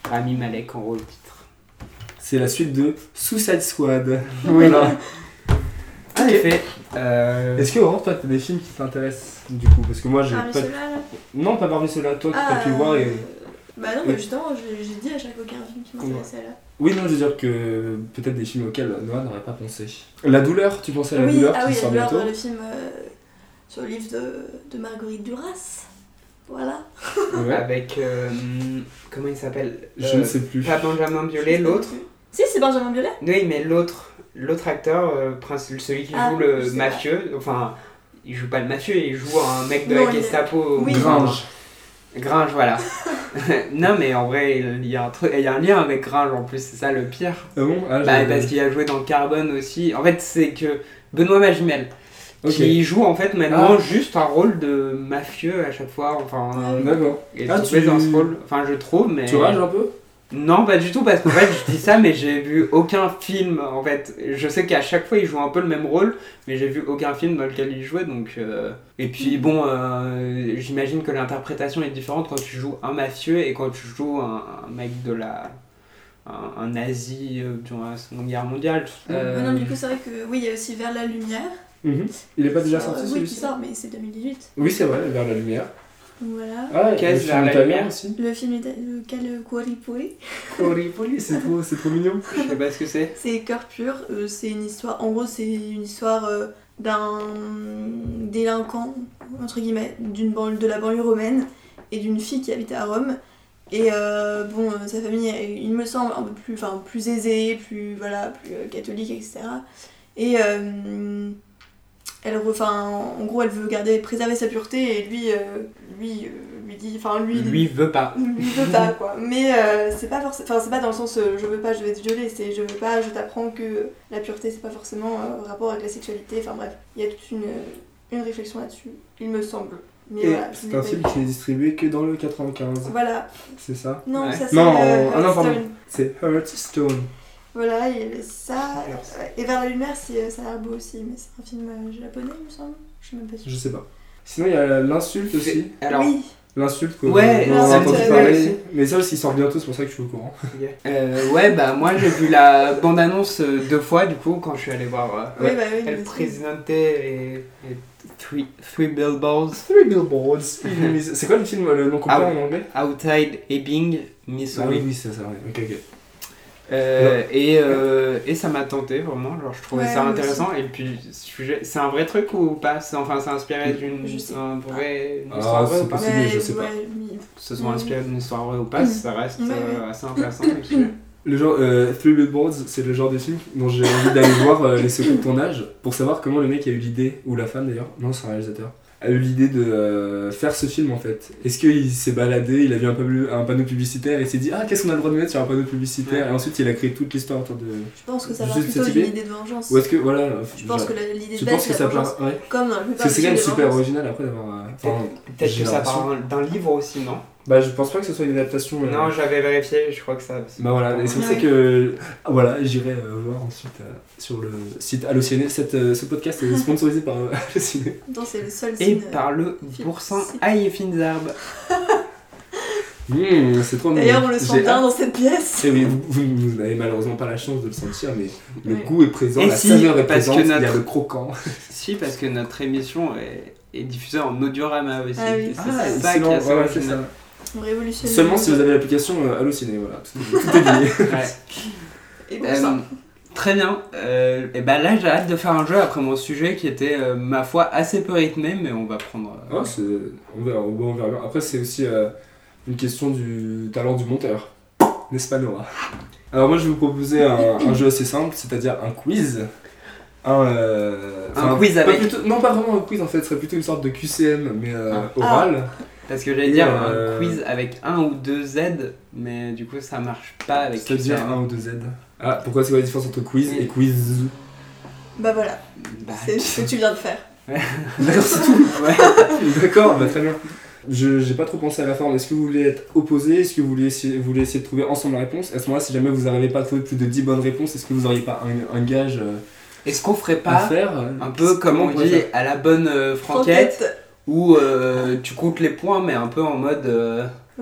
Rami Malek en rôle titre. C'est la suite de Suicide Squad. Oui. Voilà. En effet. Est-ce que Aurore, toi, t'as des films qui t'intéressent du coup? Parce que moi, j'ai Parmi pas. ceux-là, là. Non, pas parmi ceux-là. Toi, t'as pu voir et. Bah non, mais justement, j'ai dit à chaque fois qu'il y a un film qui m'intéressait là. Oui, non, je veux dire que peut-être des films auxquels Noah n'aurait pas pensé. La douleur, tu pensais à La douleur qui sort bientôt? Le film sur le livre de Marguerite Duras. Voilà. Ouais. Avec. Comment il s'appelle? Je ne sais plus. Pas Benjamin Biolay, l'autre. Si, c'est Benjamin Biolay. Oui, mais l'autre acteur, celui qui joue le je sais mafieux, enfin, il joue pas le mafieux, il joue un mec de Non, la Gestapo. Oui. Gringe, voilà. Non, mais en vrai, il y a un lien avec Gringe en plus, c'est ça le pire. Ah bon? Parce qu'il a joué dans Carbone aussi. En fait, c'est que Benoît Magimel, qui joue en fait maintenant juste un rôle de mafieux à chaque fois. Enfin, D'accord. et tu fais dans ce rôle, enfin, je trouve, mais. Tu rages un peu? Non, pas du tout, parce qu'en fait, je dis ça, mais j'ai vu aucun film, en fait. Je sais qu'à chaque fois, il joue un peu le même rôle, mais j'ai vu aucun film dans lequel il jouait, donc... Et puis, bon, j'imagine que l'interprétation est différente quand tu joues un mafieux et quand tu joues un mec de la... un nazi durant la Seconde Guerre mondiale. Non, du coup, c'est vrai que, oui, il y a aussi Vers la lumière. Il est pas déjà sorti Oui, celui-ci? qui sort, mais c'est 2018. Oui, c'est vrai, Vers la lumière. Voilà. Ah, Qu'est-ce Vers la lumière aussi? Le film lequel Guaripuri. C'est trop mignon. Je sais pas ce que c'est. C'est Cœur pur. C'est une histoire. En gros, c'est une histoire d'un délinquant, entre guillemets, de la banlieue romaine et d'une fille qui habitait à Rome. Et sa famille, il me semble, un peu plus aisée, plus catholique, etc. Et en gros, elle veut préserver sa pureté et lui veut pas. Lui veut pas, quoi. Mais c'est pas dans le sens je veux pas, je vais te violer, c'est je veux pas, je t'apprends que la pureté c'est pas forcément rapport avec la sexualité, enfin bref, il y a toute une réflexion là-dessus, il me semble. Mais et c'est un film qui n'est distribué que dans le 95. Voilà. C'est ça? Non, ouais. ça c'est pardon. C'est Hearthstone. Voilà, il y avait ça. Et Vers la lumière, ça a l'air beau aussi, mais c'est un film japonais, il me semble. Je suis même pas sûre. Je sais pas. Sinon, il y a L'Insulte aussi. Alors, oui. L'insulte qu'on ouais, on a entendu parler. aussi. Mais ça aussi, il sort bientôt, c'est pour ça que je suis au courant. Moi j'ai vu la bande-annonce 2 fois du coup quand je suis allé voir Oui, El Presidente et Three Billboards. Three Billboards. C'est quoi le nom complet en anglais? Outside Ebbing, Missouri. Ah oui, c'est ça, ouais. Ok. Et ça m'a tenté vraiment, genre je trouvais ça intéressant. Aussi. Et puis c'est un vrai truc ou pas? C'est inspiré d'une histoire vraie ou pas? possible, je sais pas. Que ce soit inspiré d'une histoire vraie ou pas, ça reste assez intéressant. Le genre Three Billboards, c'est le genre de film dont j'ai envie d'aller voir les secrets de tournage pour savoir comment le mec a eu l'idée, ou la femme d'ailleurs, non c'est un réalisateur, a eu l'idée de faire ce film en fait. Est-ce qu'il s'est baladé, il a vu un panneau publicitaire et il s'est dit qu'est-ce qu'on a le droit de mettre sur un panneau publicitaire, et ensuite il a créé toute l'histoire autour de... Je pense que ça part plutôt d'une idée de vengeance. Ou est-ce que voilà... Je pense que l'idée de base c'est la vengeance, comme dans la plupart des films. C'est quand même super original après d'avoir... Peut-être que ça part d'un livre aussi, non? Bah je pense pas que ce soit une adaptation. Non, j'avais vérifié, je crois que ça. Bah voilà, et c'est pour ça que j'irai voir ensuite sur le site Allociné. Ce podcast est sponsorisé par Allociné. Non, c'est le seul et par le boursin Aïe Finzarbe. C'est trop mignon. D'ailleurs, on le sent bien dans cette pièce. Et oui, vous n'avez malheureusement pas la chance de le sentir, mais le goût est présent, la saveur est présente, il y a le croquant. Si, parce que notre émission est diffusée en audiorama aussi. Ah oui, c'est ça qui est c'est ça. Révolutionnaire. Seulement si vous avez l'application Allociné, voilà, tout est lié. Et bon, ça. Très bien. Et bah là, j'ai hâte de faire un jeu après mon sujet qui était, ma foi, assez peu rythmé, mais on va prendre. On verra bien. Après, c'est aussi une question du talent du monteur, n'est-ce pas, Noah? Alors, moi, je vais vous proposer un jeu assez simple, c'est-à-dire un quiz. Un quiz avec. Non, pas vraiment un quiz en fait, ce serait plutôt une sorte de QCM, mais oral. Parce que j'allais dire un quiz avec 1 ou 2 Z, mais du coup ça marche pas avec QCM. C'est-à-dire 1 ou 2 Z. Pourquoi c'est quoi la différence entre quiz et quiz? Bah voilà, c'est ce que tu viens de faire. D'accord, c'est tout. D'accord, très bien. J'ai pas trop pensé à la forme. Est-ce que vous voulez être opposés? Est-ce que vous voulez essayer de trouver ensemble la réponse? À ce moment-là, si jamais vous n'arrivez pas à trouver plus de 10 bonnes réponses, est-ce que vous n'auriez pas un gage Est-ce qu'on ferait pas un peu comme on dit à la bonne franquette où tu comptes les points, mais un peu en mode. Oui.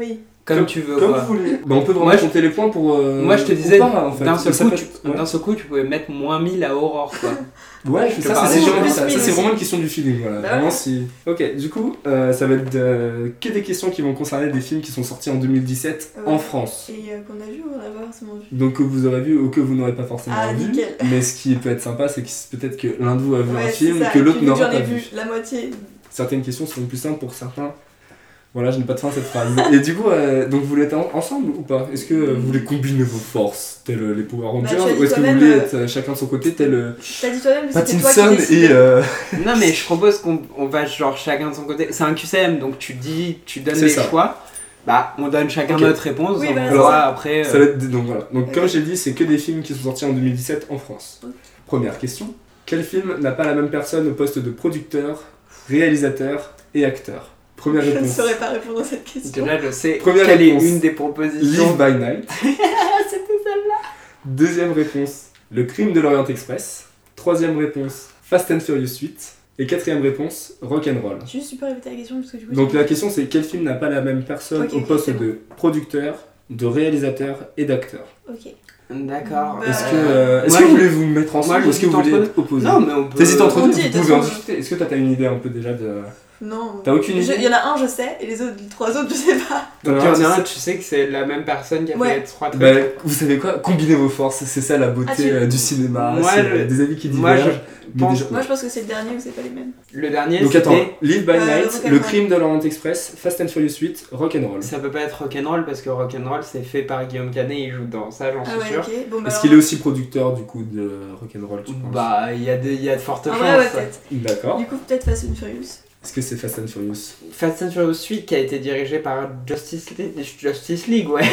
Comme tu veux, Comme quoi. vous voulez. Bah, on peut vraiment Moi, je- compter les points pour. Moi, je te ou disais, pas, en fait. d'un seul Ça coup, peut tu, être- ouais. d'un seul coup, tu pouvais mettre moins 1000 à Aurore, quoi. Ouais, Je te ça, parlais c'est de vraiment, plus ça, mille c'est aussi. vraiment une question du feeling. Voilà. Bah Vraiment, ouais. si. Ok, du coup, ça va être que des questions qui vont concerner des films qui sont sortis en 2017 Ouais. en France. Et qu'on a vu ou on n'a pas forcément vu. Donc que vous aurez vu ou que vous n'aurez pas forcément Ah, vu. nickel. Mais ce qui peut être sympa, c'est que peut-être que l'un de vous a vu un Ouais, film c'est ça. que Et l'autre puis, vu n'aura j'en pas ai vu. vu la moitié. Certaines questions seront plus simples pour certains. Voilà, je n'ai pas de fin à cette phrase. Et du coup, donc vous voulez être ensemble ou pas? Est-ce que vous voulez combiner vos forces, tel les Power Rangers, tu as dit ou est-ce que vous toi-même, voulez être chacun de son côté, tel T'as dit toi-même que c'était toi Pattinson qui décidais. et... Non, mais je propose qu'on va genre chacun de son côté. C'est un QCM, donc tu donnes C'est les ça. choix. Bah, on donne chacun Ok. notre réponse. Oui, on voilà, verra c'est ça. après. Ça va être donc voilà. Donc Ok. comme j'ai dit, c'est que des films qui sont sortis en 2017 en France. Ok. Première question. Quel film n'a pas la même personne au poste de producteur, réalisateur et acteur? Première Je ne réponse. saurais pas répondre à cette question. Déjà, je sais Première quelle réponse. est une des Live propositions. by Night. Ah, c'était celle-là. Deuxième réponse, Le Crime de l'Orient Express. Troisième réponse, Fast and Furious 8. Et quatrième réponse, Rock'n'Roll. Juste, tu peux répéter la question parce que du coup. Donc la question c'est quel film n'a pas la même personne Ok, au ok, poste c'est bon. de producteur, de réalisateur et d'acteur? Ok. D'accord. Bah, Est-ce moi, que vous je- voulez vous mettre ensemble moi, ou est-ce que vous j'hésite voulez entre être opposés? Non, mais on peut. T'hésites entre On deux, dit, vous de toute pouvez en façon. discuter. Est-ce que toi t'as une idée un peu déjà de... Non. T'as aucune idée? Il y en a un, je sais, et les trois autres, je sais pas. Donc, il y Alors, en a un, c'est- tu sais que c'est la même personne qui a Ouais. fait 3 trucs. Bah, vous savez quoi? Combinez vos forces, c'est ça la beauté Ah, du cinéma. Moi, c'est je- des avis qui moi, divergent. mais pense- déjà- Moi, je pense que c'est le dernier ou c'est pas les mêmes. Le dernier, Donc attends, c'était. Live by Night, Rock'n'Roll. Le Crime de l'Orient Express, Fast and Furious 8, Rock'n'Roll. Ça peut pas être Rock'n'Roll parce que Rock'n'Roll c'est fait par Guillaume Canet, il joue dedans, ça j'en Ah suis ouais, sûr. ok. Bon, bah Est-ce alors- qu'il est aussi producteur du coup de Rock'n'Roll, tu penses? Bah, il y a de fortes En chances. vrai, ouais, peut-être. D'accord. Du coup, peut-être Fast and Furious. Est-ce que c'est Fast and Furious? Fast and Furious 8 qui a été dirigé par Justice League, ouais.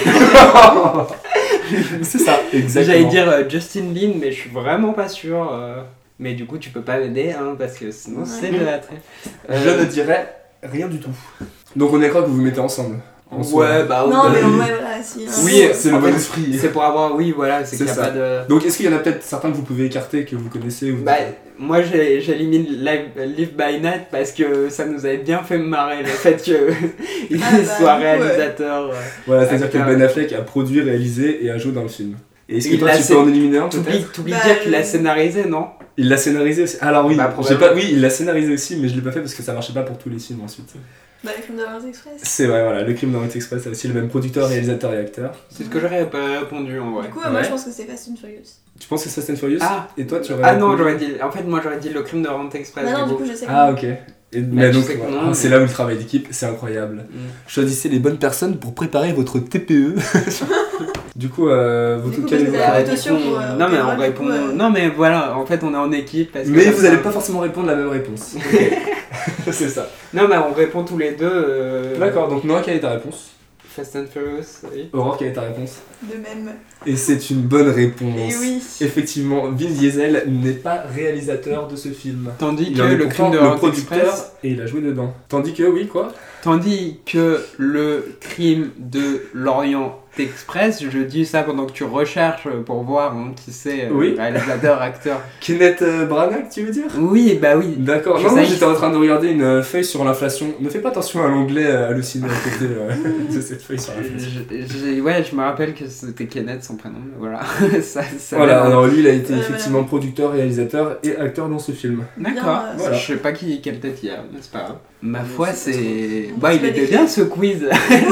C'est ça, exactement. J'allais dire Justin Lin, mais je suis vraiment pas sûr. Mais du coup, tu peux pas m'aider, hein, parce que sinon Ouais. c'est de la traite. Je ne dirais rien du tout. Donc on est d'accord que vous vous mettez ensemble en soi. Ouais, bah Non, mais oui. en vrai, voilà, si. Oui, c'est le en bon fait, esprit. C'est pour avoir, oui, voilà, c'est C'est qu'il y a ça. pas de. Donc est-ce qu'il y en a peut-être certains que vous pouvez écarter, que vous connaissez ou... Bah, moi j'élimine Live by Night parce que ça nous avait bien fait marrer le fait qu'il Ah, bah, soit du coup, réalisateur. Voilà, c'est-à-dire que acteur. Ben Affleck a produit, réalisé et a joué dans le film. Et est-ce que Il toi l'a tu scé- peux en éliminer un peut-être? T'oublies Bah, de dire qu'il a scénarisé, non? Il l'a scénarisé aussi. Alors oui, Bah, j'ai probablement. pas... oui, il l'a scénarisé aussi, mais je l'ai pas fait parce que ça marchait pas pour tous les films ensuite. Bah, les films de l'Orient Express. C'est vrai, voilà, Le Crime d'Orient Express a aussi le même producteur, réalisateur et acteur. C'est ce que j'aurais pas répondu en vrai. Du coup, Ouais. moi, je pense que c'est Fast and Furious. Tu penses que c'est Fast and Furious? Ah. Et toi tu aurais... Ah non, répondu- moi j'aurais dit le crime de Orient Express. Bah, non, du du coup. coup, je sais. Ah ok. Et, mais tu donc, sais que voilà, non, c'est mais- là où le travail d'équipe, c'est incroyable. Mm. Choisissez les bonnes personnes pour préparer votre TPE. Du coup, vous Du coup, quel est vous votre- avez du attention coup, pour, non mais on Rock'n'Roll, répond. du coup, Non mais voilà, en fait on est en équipe. Parce que Mais comme vous ça- allez pas forcément répondre la même réponse. C'est ça. Non mais on répond tous les deux. D'accord, donc Noah, quelle est ta réponse? Fast and Furious, oui. Aurore, quelle est ta réponse? De même. Et c'est une bonne réponse. Et oui. Effectivement, Vin Diesel n'est pas réalisateur de ce film. Tandis Il que en est le pourtant crime de le Orient producteur Express. et il a joué dedans. Tandis que, oui, quoi? Tandis que le crime de l'Orient Express, je dis ça pendant que tu recherches pour voir hein, qui c'est, Oui. réalisateur, acteur. Kenneth Branagh, tu veux dire? Oui, bah oui. D'accord, Je non, sais moi que- j'étais en train de regarder une feuille sur l'inflation. Ne fais pas attention à l'onglet halluciné à côté de cette feuille sur l'inflation. Ouais, je me rappelle que c'était Kenneth son prénom, mais voilà. ça Voilà, m'aide. alors lui il a été Ouais, effectivement producteur, réalisateur et acteur dans ce film. D'accord. Bien, voilà. Je sais pas quelle tête il y a, mais c'est pas grave. Ma foi, c'est c'est. pas Bah, trop- il était bien ce quiz.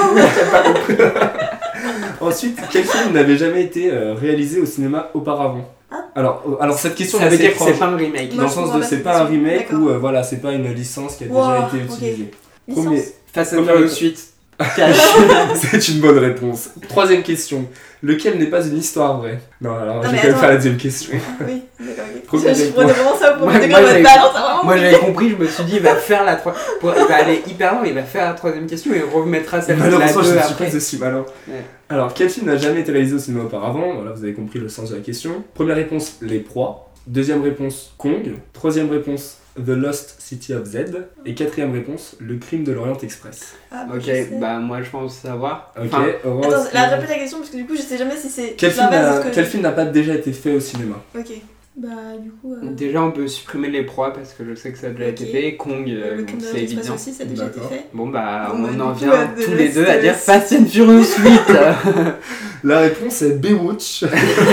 Ensuite, quel film n'avait jamais été réalisé au cinéma auparavant? Ah. Alors cette question Ça est veut assez dire que c'est étrange. pas un remake. Moi, Dans le je sens comprends de pas c'est cette pas un question. remake D'accord. ou voilà, c'est pas une licence qui a Wow, déjà été ok. utilisée. Licence. Premier, Fast and Première Furious réponse. 8. c'est une bonne réponse. Troisième question. Lequel n'est pas une histoire vraie? Non, alors je vais mais quand même attends. faire la deuxième question. Ah oui, d'accord, ok. Premier Je point. prenais vraiment ça pour Moi, me dire moi, en mode j'avais- bah non, ça va vraiment. Moi j'avais compris, je me suis dit il va faire la il va aller hyper loin, il va faire la troisième question et il remettra celle de la Malheureusement, je 2 ne suis après. pas aussi malin. Ouais. Alors, quel film n'a jamais été réalisé au cinéma auparavant? Voilà, vous avez compris le sens de la question. Première réponse, Les Proies. Deuxième réponse, Kong. Troisième réponse, The Lost City of Z. Et quatrième réponse, Le Crime de l'Orient Express. Ah, bah, Ok, je sais. bah moi je pense savoir. Ok, Enfin, Aurore, Attends, est-ce que- là, répète la question parce que du coup, je sais jamais si c'est Quel film l'inverse n'a de ce que- quel film n'a pas déjà été fait au cinéma? Ok. Bah, du coup. Déjà, on peut supprimer les proies parce que je sais que ça a déjà été Ok. fait. Kong, le bon, Kingdom c'est of Space évident. aussi, ça a déjà été D'accord. fait. Bon, bah, Bon, bah, on en du coup, vient The tous les Lost, deux à dire c'est- Fast and Furious 8. La réponse est Baywatch.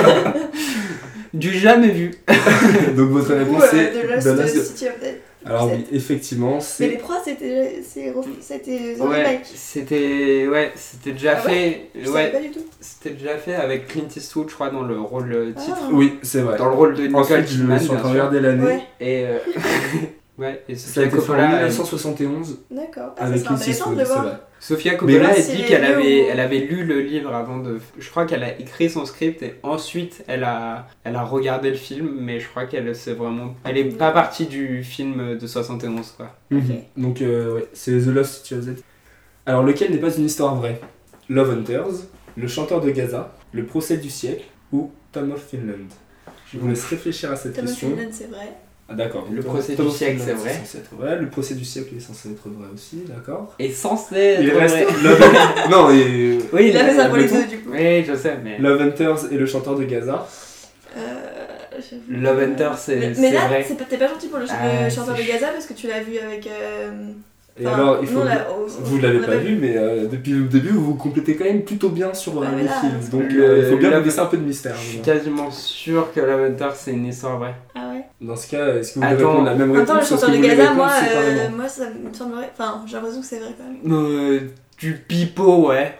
Du jamais vu. Donc votre Du coup, réponse c'est The Lost The Lost. City of Dead. Alors oui, Sept. effectivement, Mais les c'est... proies, c'était The Ouais, Remake. c'était déjà Ah fait. Je savais Ouais, pas du tout. c'était déjà fait avec Clint Eastwood, je crois, dans le rôle titre. Ah. Oui, c'est vrai. Dans le rôle de Nicole Ensuite, je Kidman, suis en bien train de sûr. regarder l'année. Ouais, Et ouais, et Ça a Sofia été fait en Coppola. 1971 d'accord. Ah, ça avec serait Clint intéressant de Eastwood, le c'est voir. vrai. Sofia Mais Coppola là, a c'est dit les qu'elle lieux avait, où- elle avait lu le livre avant de. Je crois qu'elle a écrit son script et ensuite elle a regardé le film, mais je crois qu'elle c'est vraiment. Elle est pas partie du film de 71 quoi. Ok. Donc ouais, c'est The Lost City of Z. Alors lequel n'est pas une histoire vraie? Love Hunters, Le chanteur de Gaza, Le procès du siècle ou Tom of Finland? Je vous laisse réfléchir à cette Tom of question. Finland, c'est vrai. Ah d'accord. Le procès Tom du of siècle, Finland, c'est vrai. censé être vrai. Le procès du siècle est censé être vrai aussi, d'accord. Et censé Il être reste vrai. Love... non, et... Oui, Il a fait ça pour les Ableton. deux, du coup. Oui, je sais, mais. Love Hunters et Le chanteur de Gaza. J'avoue. Love Hunter, c'est Mais là, vrai. t'es pas gentil pour le Ah, chanteur c'est de Gaza parce que tu l'as vu avec. Et enfin, alors, il faut... nous, Vous l'avez pas vu, mais depuis le début, vous vous complétez quand même plutôt bien sur Ouais, mais les là, films. c'est Donc Le- il faut bien la- vous laisser un peu de mystère. Je suis hein. quasiment sûr que Love Hunter c'est une histoire vraie. Ah ouais. Dans ce cas, est-ce que vous voulez Attends. répondre la même En réponse même temps, le ou est-ce que chanteur de vous voulez Gaza, répondre séparément moi, ça me semblerait. Enfin, j'ai l'impression que c'est vrai quand même. Du pipeau, ouais.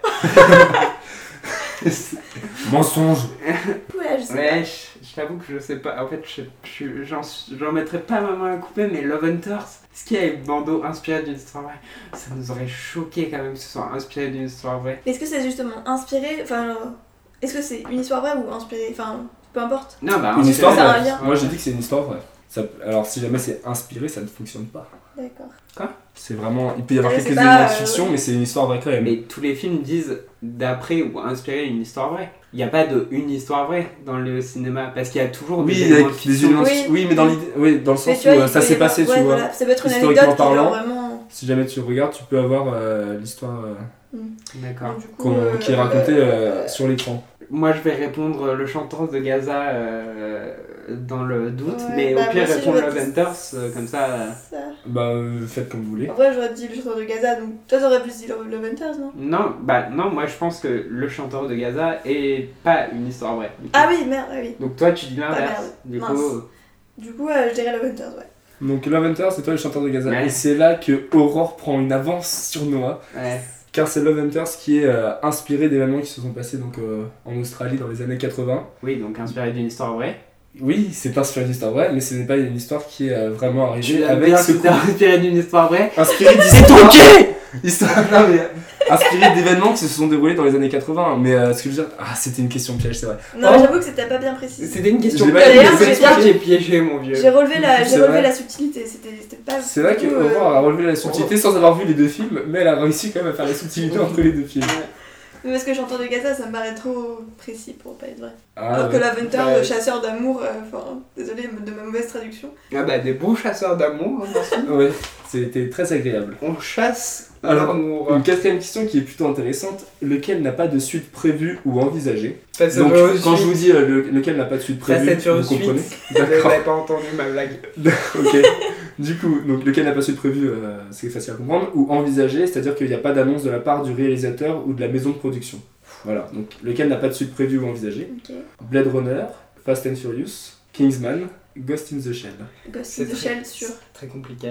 Mensonge. Ouais, je sais Ouais, je t'avoue que je sais pas. En fait, j'en mettrais pas ma main à couper, mais Love Hunters, ce qui est bandeau inspiré d'une histoire vraie, ça nous aurait choqué quand même que ce soit inspiré d'une histoire vraie. pas. Est-ce que c'est justement inspiré. Enfin, est-ce que c'est une histoire vraie ou inspirée. Enfin, peu importe. Non, bah, Une Est-ce que histoire ça a un vraie. lien Moi j'ai dit que c'est une histoire vraie. Alors si jamais c'est inspiré, ça ne fonctionne pas. D'accord. C'est vraiment... Il peut y avoir Ouais, quelques c'est pas, éléments de fiction, mais c'est une histoire vraie quand même. Mais tous les films disent d'après ou inspiré une histoire vraie. Il n'y a pas de une histoire vraie dans le cinéma, parce qu'il y a toujours Oui, des éléments de avec des fiction. éléments... Oui. Oui, mais dans l'idée... Oui, dans le Mais sens tu vois, où il ça peut y s'est avoir- passé, ouais, tu vois. voilà. Ça peut être une Historiquement anecdote qui est parlant. vraiment. Si jamais tu regardes, tu peux avoir l'histoire D'accord. Du coup, qui est racontée sur l'écran. Moi, je vais répondre le chanteur de Gaza dans le doute, Ouais, mais bah, au pire, moi aussi, répondre j'aurais Love dit Hunters, comme ça. Ça. Bah faites comme vous voulez. En vrai, j'aurais dit le chanteur de Gaza, donc toi t'aurais plus dit Love Hunters, non? Non, moi je pense que le chanteur de Gaza est pas une histoire vraie. du coup. Ah oui, merde, oui. Donc toi, tu dis Ah, l'inverse. merde. Du Mince. coup, Du coup, je dirais Love Hunters, ouais. Donc Love Hunters, c'est toi le chanteur de Gaza. Ouais. Et c'est là que Aurore prend une avance sur Noah. ouais. Car c'est Love Hunters qui est inspiré d'événements qui se sont passés donc, en Australie dans les années 80. Oui, donc inspiré d'une histoire vraie. Oui, c'est inspiré d'une histoire vraie, mais ce n'est pas une histoire qui est vraiment Tu arrivée l'as avec bien ce c'était inspiré d'une histoire vraie. inspiré C'est ton quai non, mais, inspiré d'événements qui se sont déroulés dans les années 80. Mais ce que je veux dire, c'était une question piège, c'est vrai. Non, Oh. mais j'avoue que c'était pas bien précis. C'était une question. J'ai pas- D'ailleurs, C'est j'ai toi bien- qui es piégé, mon vieux. J'ai relevé C'est vrai. la subtilité, c'était pas. C'est vrai que du tout, Aurore a relevé la subtilité sans avoir vu les deux films, mais elle a réussi quand même à faire la subtilité entre les deux films. Mais parce que chanteur de Gaza, ça me paraît trop précis pour pas être vrai. Ah, Alors que ouais. Love Hunter, Bah, le chasseur d'amour, enfin, désolé de ma mauvaise traduction. Ah bah, des beaux chasseurs d'amour. hein, merci. Ouais, c'était très agréable. On chasse Alors, l'amour. Une quatrième question qui est plutôt intéressante, lequel n'a pas de suite prévue ou envisagée? Fast Donc, and Furious quand je vous 8. dis lequel n'a pas de suite Fast prévue, and Furious vous comprenez 8. Vous D'accord. n'avez pas entendu ma blague. Ok. Du coup, donc lequel n'a pas de suite prévue, c'est facile à comprendre, ou envisagé, c'est-à-dire qu'il n'y a pas d'annonce de la part du réalisateur ou de la maison de production. Voilà, donc lequel n'a pas de suite prévue ou envisagée? Ok. Blade Runner, Fast and Furious, Kingsman, Ghost in the Shell. Ghost C'est in the très- Shell, sûr. Très compliqué.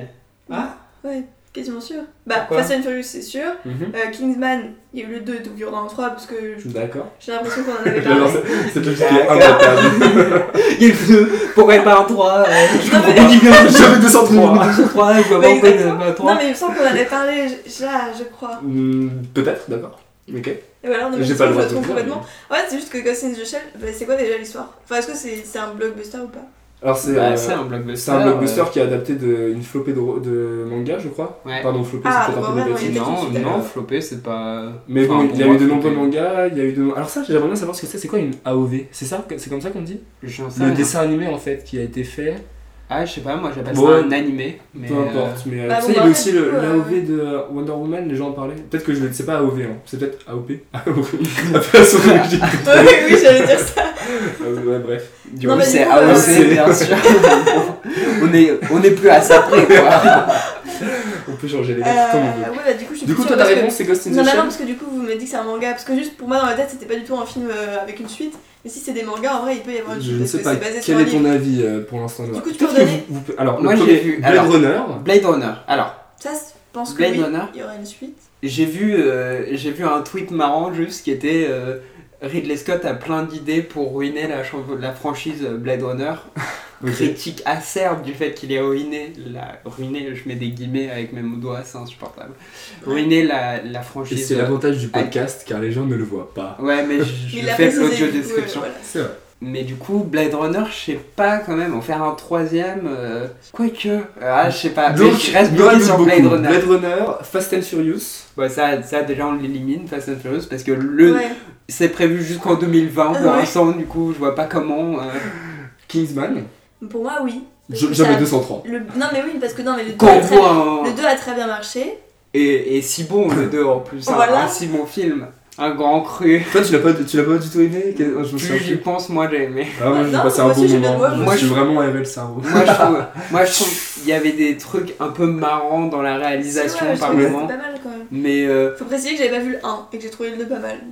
Ouais, quasiment sûr. Bah, Pourquoi Fast and Furious, c'est sûr. Kingsman, il y a eu le 2, donc il y aura un 3 parce que D'accord. j'ai l'impression qu'on en avait J'adore parlé. cette logique qui est imbattable. Il pourrait pas un 3. Je Non, mais- comprends pas bien. J'avais 203. 3, je vois Mais pas exactement. pourquoi Non, 3. mais il me semble qu'on en avait parlé, je crois. Peut-être, d'accord. Ok. Et voilà, on a J'ai pas le droit de je le me trompe dire, complètement. Ouais, c'est juste que Ghost in the Shell, bah, c'est quoi déjà l'histoire? Enfin, est-ce que c'est un blockbuster ou pas? Alors c'est C'est un blockbuster. c'est un blockbuster qui est adapté d'une flopée de manga, je crois. Ouais. Pardon, flopée, Ah, c'est peut-être un peu ouais, négatif. ouais, Non, C'était non, le- flopé, c'est pas. Mais bon, Enfin, il y a pour eu de moi, nombreux flopé. mangas, il y a eu de... Alors ça, j'aimerais bien savoir ce que c'est quoi une AOV? C'est ça? C'est comme ça qu'on dit? J'en sais Le rien. dessin animé en fait qui a été fait, Ah, je sais pas, moi j'appelle Bon, ça un animé. Mais peu importe. Mais Bah, tu sais, il y bon, avait bah, aussi du coup, l'AOV de Wonder Woman, les gens en parlaient. Peut-être que je ne sais pas AOV, hein. C'est peut-être AOP. Après la soirée que j'ai Oui, oui, j'allais dire ça. AOV. Ouais, bref. Du Non, coup, mais du c'est coup, AOC, bien sûr. on est plus à ça près, quoi. On peut changer les lettres comme on veut. Ouais, bah du coup, je suis Du coup, plus toi, sûre ta parce que- réponse, c'est Ghost in the Non, mais non, Shell. parce que du coup, vous m'avez dit que c'est un manga. Parce que juste pour moi, dans la tête, c'était pas du tout un film avec une suite. Mais si c'est des mangas, en vrai, il peut y avoir une Je suite. ne parce sais que pas c'est basé sur quel un est ton livre. avis pour l'instant. Du Noah. coup, tu peux Peut-être que redonner. Alors, Moi, le j'ai premier, vu- Blade alors- Runner. Blade Runner. Alors, Ça, je pense que Blade oui, Runner. il y aura une suite. j'ai vu un tweet marrant juste qui était Ridley Scott a plein d'idées pour ruiner la franchise Blade Runner. Ok. Critique acerbe du fait qu'il ait ruiné, je mets des guillemets avec mes doigts, c'est insupportable. Ruiner la Et franchise. c'est l'avantage du podcast car les gens ne le voient pas. Ouais, mais Mais je il l'a fais précisé, l'audio du coup, description. voilà. C'est vrai. Mais du coup, Blade Runner, je sais pas quand même, en faire un troisième, quoique, je sais pas, mais Donc, je reste Noah bloqué doute sur beaucoup. Blade Runner. Blade Runner, Fast and Furious. Ouais, ça déjà on l'élimine, Fast and Furious, parce que Ouais. c'est prévu jusqu'en 2020 pour Ouais. l'instant, du coup, je vois pas comment. Kingsman. Pour moi, oui. Parce que Jamais ça- 203. Non, mais oui, parce que non, mais le 2 Quand a on très... voit le 2 a très bien marché. et si bon le 2 en plus, Voilà. un si bon film, un grand cru. Toi, tu l'as pas du tout aimé. Je me souviens Plus j'y plus. pense, moi j'ai aimé. Ah, moi j'ai Non, passé moi un aussi, bon j'ai bien- moment. moi, Je suis vraiment aimé le cerveau. Moi je trouve qu'il y avait des trucs un peu marrants dans la réalisation C'est vrai, je par trouvais que moment. c'était pas mal quand même. Mais Faut préciser que j'avais pas vu le 1 et que j'ai trouvé le 2 pas mal.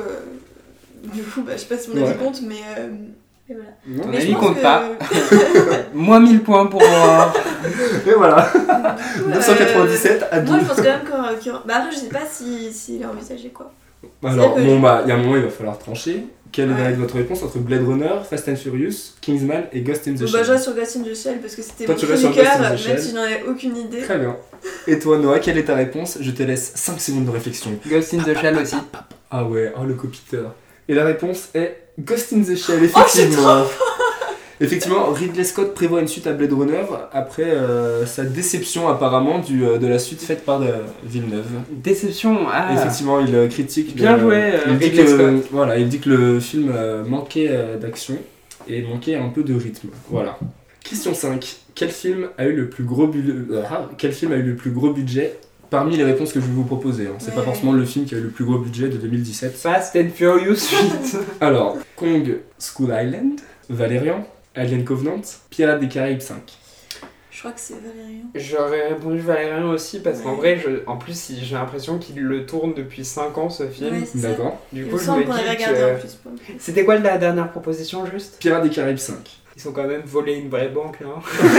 Du coup, bah, je sais pas si mon avis compte, mais et voilà. Non. Ton Mais je avis pense compte que- pas. Moins 1000 points pour moi. Et voilà. Du coup, 997 à 12. Moi, je pense quand même que. Bah, après, je sais pas s'il est envisagé quoi. Alors, C'est-à-dire que bon, bah, il y a un moment, il va falloir trancher. Quelle Ouais. va être votre réponse entre Blade Runner, Fast and Furious, Kingsman et Ghost in the Bah, Shell? je reste sur Ghost in the Shell parce que c'était Toi, mon tu restes sur chroniqueur, Ghost in the même Shell. si je n'en avais aucune idée. Très bien. Et toi, Noah, quelle est ta réponse? Je te laisse 5 secondes de réflexion. Ghost in the Shell aussi. Ah ouais, oh le copiteur. Et la réponse est Ghost in the Shell, Oh, je suis effectivement. Effectivement, Ridley Scott prévoit une suite à Blade Runner après sa déception apparemment de la suite faite par Villeneuve. Déception. Ah. Effectivement, il critique. Bien joué, il dit Ridley que, Scott. voilà, il dit que le film manquait d'action et manquait un peu de rythme. Voilà. Question 5. Quel film a eu le plus gros budget parmi les réponses que je vais vous proposer, hein. C'est Ouais, pas ouais. forcément le film qui a eu le plus gros budget de 2017. Fast and Furious 8. Alors, Kong Skull Island, Valérian, Alien Covenant, Pirates des Caraïbes 5. Je crois que c'est Valérian. J'aurais répondu Valérien aussi parce qu'en Ouais. vrai, en plus, j'ai l'impression qu'il le tourne depuis 5 ans ce film. Ouais, c'est ça. D'accord. Du Il coup, me je semble me qu'on avait dis regardé en que. plus. Pour le coup. C'était quoi la dernière proposition juste? Pirates des Caraïbes 5. Ils ont quand même volé une vraie banque là.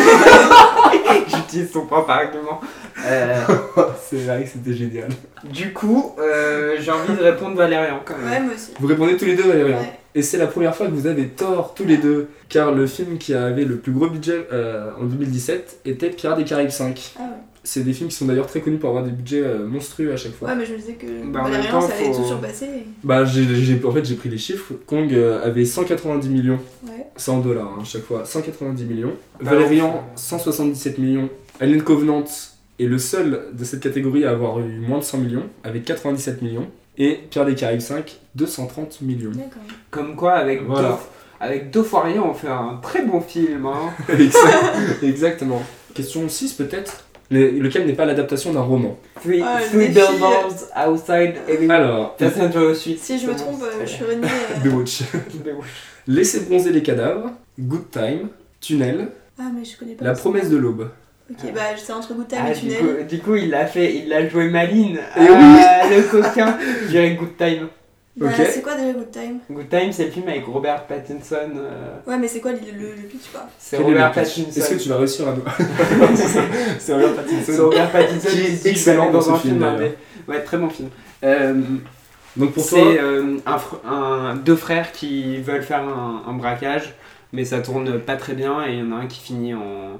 J'utilise ton propre argument. C'est vrai que c'était génial. Du coup, j'ai envie de répondre Valérian quand même. Ouais, moi aussi. Vous répondez tous les deux Valérian. Ouais. Et c'est la première fois que vous avez tort tous les deux, car le film qui avait le plus gros budget en 2017 était Pirates des Caraïbes 5. Ah ouais. C'est des films qui sont d'ailleurs très connus pour avoir des budgets monstrueux à chaque fois. Ouais, mais je me disais que Bah, en même Valérian, temps, ça allait faut- tout surpasser. Bah en fait j'ai pris les chiffres. Kong avait 190 millions, Ouais. c'est en dollars à chaque fois, 190 millions. Bah, Valérian 177 millions. Alien Covenant est le seul de cette catégorie à avoir eu moins de 100 millions, avec 97 millions. Et Pirates des Caraïbes 5, 230 millions. D'accord. Comme quoi, Voilà. avec deux fois rien, on fait un très bon film. Hein. Exactement. Question 6 peut-être. Lequel n'est pas l'adaptation d'un roman. Three le défi. Billboards Outside Ebbing. Alors, Fast and Furious 8. Si je me trompe, je suis reniée. The Watch. Laissez bronzer les cadavres, Good Time, Tunnel, Ah, mais je connais pas. La ça. promesse de l'aube. Ok, bah c'est entre Good Time Ah, et du Tunnel. coup, il l'a joué Maline. Eh Le coquin. Je dirais Good Time. Bah, ok. c'est quoi déjà Good Time? Good Time, c'est le film avec Robert Pattinson. Ouais, mais c'est quoi le pitch pas? C'est Quel est Robert le pitch? Pattinson. Est-ce que tu vas réussir à nous... C'est Robert C'est Pattinson. Robert Pattinson Qui est qui se dit, excellent je vais dans dans ce un film, film d'ailleurs. indé. Ouais, très bon film. Donc pour toi, C'est deux frères qui veulent faire un braquage, mais ça tourne pas très bien et il y en a un qui finit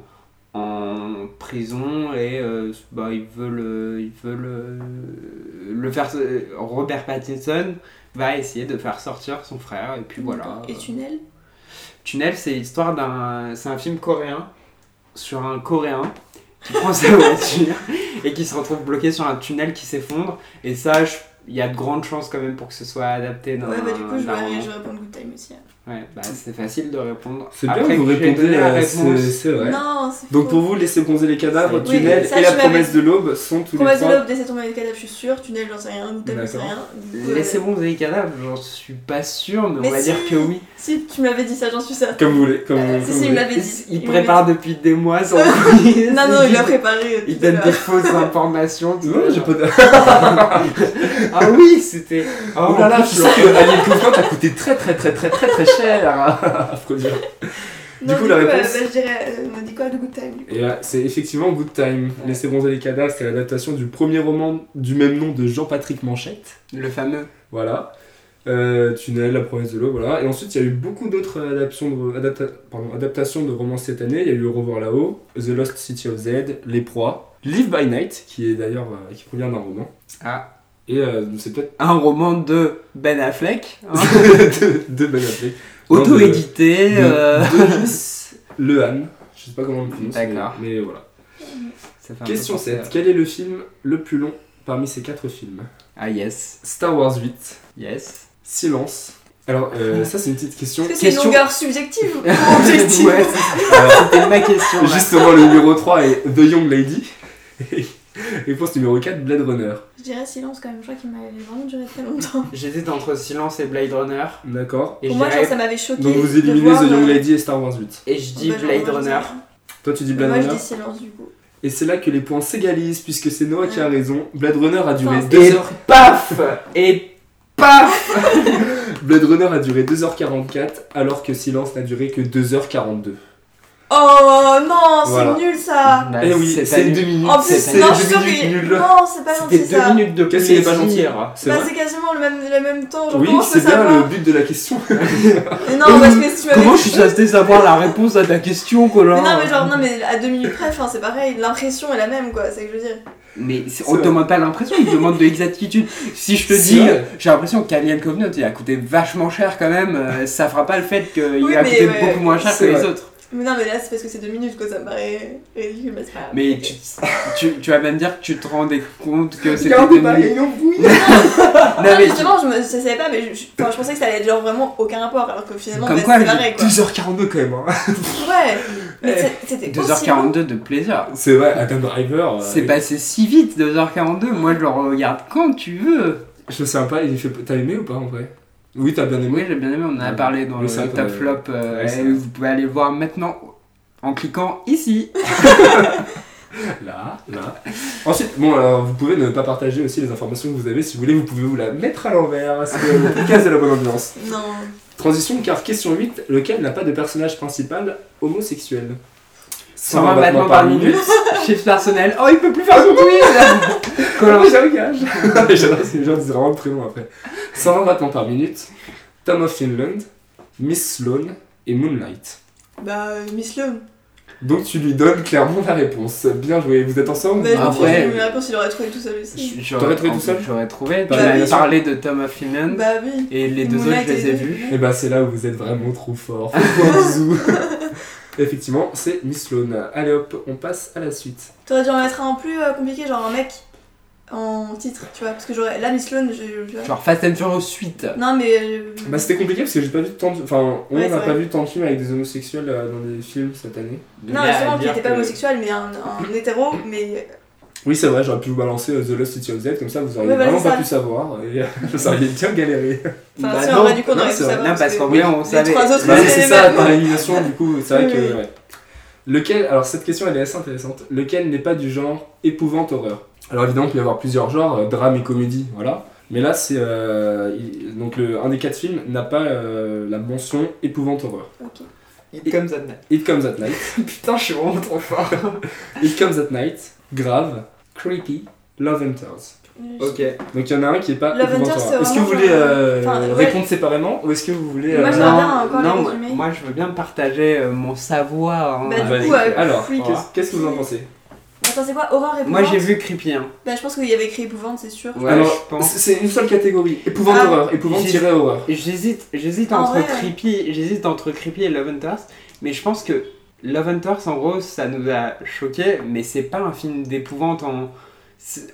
en prison et ils veulent le faire. Robert Pattinson va essayer de faire sortir son frère et puis voilà. Et Tunnel? Tunnel, c'est l'histoire c'est un film coréen sur un Coréen qui prend sa voiture et qui se retrouve bloqué sur un tunnel qui s'effondre. Et ça, il y a de grandes chances quand même pour que ce soit adapté dans Ouais, bah du coup, je d'un roman. vais répondre Good Time aussi. Ouais, bah c'est facile de répondre. C'est bien Après que vous que j'ai répondez, donné la réponse. c'est vrai. Non, c'est Donc faux. pour vous, Laissez bronzer les cadavres, Oui, Tunnel ça, et La tu m'avais promesse dit. de l'aube sont tous les Promesse de trois. l'aube, Laissez tomber les cadavres, je suis sûre. Tunnel, j'en sais rien. Gotham, j'en sais D'accord. rien. Du coup, Laissez bronzer les cadavres, j'en suis pas sûr, mais Mais on va si. dire que oui. Si, tu m'avais dit ça, j'en suis sûre. Comme vous voulez. Comme, Si, comme si, vous il voulez. m'avait dit. Il m'avait prépare depuis des mois son quiz. Non, non, il l'a préparé. Il tout à donne l'heure. des fausses informations. tout Non, ça. j'ai pas de... Ah oui, c'était. Oh là là, tu sais que Alien Covenant a coûté très cher à produire. Non, Du coup, la réponse- je dirais. On a dit quoi, The Good Time du coup. Et là, c'est effectivement Good Time. Laissez bronzer les cadavres, c'est l'adaptation du premier roman du même nom de Jean-Patrick Manchette. Le fameux. Voilà. Tunnel, La promesse de l'eau, voilà. Et ensuite, il y a eu beaucoup d'autres adaptations de romans cette année. Il y a eu Au revoir là-haut, The Lost City of Z, Les Proies, Live by Night, qui est d'ailleurs qui provient d'un roman. Ah. Et c'est peut-être Un roman de Ben Affleck. hein. de Ben Affleck. Auto-édité. de Denis Lehan. Je sais pas comment on le prononce. D'accord. Mais voilà. Ça fait un Question peu penser 7. Quel est le film le plus long parmi ces 4 films? Ah yes. Star Wars 8, Yes. Silence. Alors, ça c'est une petite question. Est-ce que c'est une Question- longueur subjective ou objective Ouais, c'était ma question. là. Justement, le numéro 3 est The Young Lady. Et pour ce numéro 4, Blade Runner. Je dirais silence quand même, je crois qu'il m'avait vraiment duré très longtemps. J'hésite entre Silence et Blade Runner. D'accord. Et Pour je moi, dirais- genre, ça m'avait choqué. Donc vous de éliminez voir, The Young Lady et Star Wars 8. Et je dis bah, Blade genre, Runner. Toi tu dis Mais Blade moi, je Runner. dis silence du coup. Et c'est là que les points s'égalisent puisque c'est Noah qui a raison. Blade Runner a duré Enfin, 2 Et heures. paf. Et paf. Blade Runner a duré 2h44 alors que Silence n'a duré que 2h42. Oh non, c'est Voilà. nul ça. Bah, Eh oui, pas c'est nul. 2 minutes. En plus, c'est non, 2 je suis sûre minutes qu'il- nulles. Non, c'est pas gentil C'était 2 ça. minutes de Qu'est-ce qu'il est pas gentil plaisir. C'est Bah, vrai. c'est quasiment le même temps. Genre, Oui, comment je peux c'est bien savoir le but de la question. Mais non, parce que si tu m'avais Comment dit- je suis censé savoir la réponse à ta question, Colin? Mais non, mais genre, non, mais à 2 minutes près, enfin, c'est pareil, l'impression est la même, quoi, c'est ce que je veux dire. Mais C'est on te vrai. demande pas l'impression, on te demande de l'exactitude. Si je te C'est dis, vrai. j'ai l'impression qu'Alien Covenant il a coûté vachement cher quand même, ça fera pas le fait qu'il Oui, a mais coûté ouais, beaucoup moins cher que c'est les vrai. autres. Mais non, mais là, c'est parce que c'est 2 minutes, quoi, ça me paraît ridicule, mais c'est pas grave. Mais Ok. tu vas même dire que tu te rendais compte que c'était Regardez 2 pas minutes. les noms, oui. Non, Non, mais justement, je savais pas, mais enfin, je pensais que ça allait être genre vraiment aucun rapport, alors que finalement, Comme bah, quoi, c'est pareil, quoi. 2h42 quand même. Hein. Ouais, mais c'était aussi long. 2h42 de plaisir. C'est vrai, Adam Driver. C'est passé si vite, 2h42. Moi, je le regarde quand tu veux. Je me souviens pas, t'as aimé ou pas en vrai? Oui, t'as bien aimé. Oui, j'ai bien aimé, on en a Ouais. parlé dans Oui, le c'est vrai qu'on top a- flop. Ouais, c'est Et vrai. vous pouvez aller le voir maintenant en cliquant ici. Là. Ensuite, bon, alors vous pouvez ne pas partager aussi les informations que vous avez. Si vous voulez, vous pouvez vous la mettre à l'envers. Parce que le podcast est la bonne ambiance. Non. Transition, car question 8, lequel n'a pas de personnage principal homosexuel? 120 battements par minute. Chiffre personnel. Oh, il peut plus faire son quiz. Colin, j'ai un gage. J'adore si les gens disent vraiment le prénom après. 120 battements par minute, Tom of Finland, Miss Sloane et Moonlight. Bah, Miss Sloane. Donc tu lui donnes clairement la réponse. Bien joué, vous êtes ensemble? Bah, je me Après- suis dit, la réponse, il aurait trouvé tout seul aussi. T'aurais trouvé tout seul? J'aurais trouvé. Tu Bah, m'avais oui. parlé de Tom of Finland. Bah oui. Et les deux autres, Moonlight je les ai et les deux. vus. Et bah c'est là où vous êtes vraiment trop fort. Faites-moi un bisou. Effectivement, c'est Miss Sloane. Allez hop, on passe à la suite. T'aurais dû en mettre un plus compliqué, genre un mec en titre, tu vois. Parce que j'aurais. Là, Miss Sloane, tu vois. Genre Fast and Furious 8. Non, mais. Bah c'était compliqué parce que j'ai pas vu tant de... Enfin, on Ouais, n'a c'est pas vrai. vu tant de films avec des homosexuels dans des films cette année. Non, justement, qui était pas homosexuel, mais un hétéro, mais. Oui, c'est vrai, j'aurais pu vous balancer The Lost City of Z, comme ça vous auriez Ouais, voilà, vraiment c'est pas ça. pu savoir et vous auriez bien galéré. Enfin, Bah si, non. en vrai, du coup, on Non, aurait c'est pu vrai. savoir. Non, parce qu'en que vrai, on les savait. trois autres, Bah, c'était c'est les ça, mêmes. par élimination, du coup, c'est vrai Oui, que. oui. Ouais. Lequel, alors cette question elle est assez intéressante, lequel n'est pas du genre épouvante-horreur? Alors évidemment, il peut y avoir plusieurs genres, drame et comédie, voilà. Mais là, c'est. Donc, un des 4 films n'a pas la mention épouvante-horreur. Ok. It comes at night. It Comes at Night, Putain, je suis vraiment trop fort. It Comes at Night, Grave, Creepy, Love Hunters. Ok. Donc il y en a un qui est pas Love Hunters, épouvante-horreur. c'est Est-ce que vous vraiment voulez genre, enfin, ouais. répondre séparément ou est-ce que vous voulez. Moi, j'aimerais bien encore les non, résumer. moi je veux bien partager mon savoir. hein. Bah, Ah, du coup, allez. Alors, Freak. qu'est-ce que vous en pensez? Attends, c'est quoi, horreur et Moi j'ai vu Creepy. Hein. Bah, je pense qu'il y avait écrit épouvante, c'est sûr. Ouais, Alors, je pense. c'est une seule catégorie, épouvante-horreur, épouvante-horreur. J'hésite Ah, entre ouais. Creepy et Love Hunters, mais je pense que Love Hunters en gros ça nous a choqué, mais c'est pas un film d'épouvante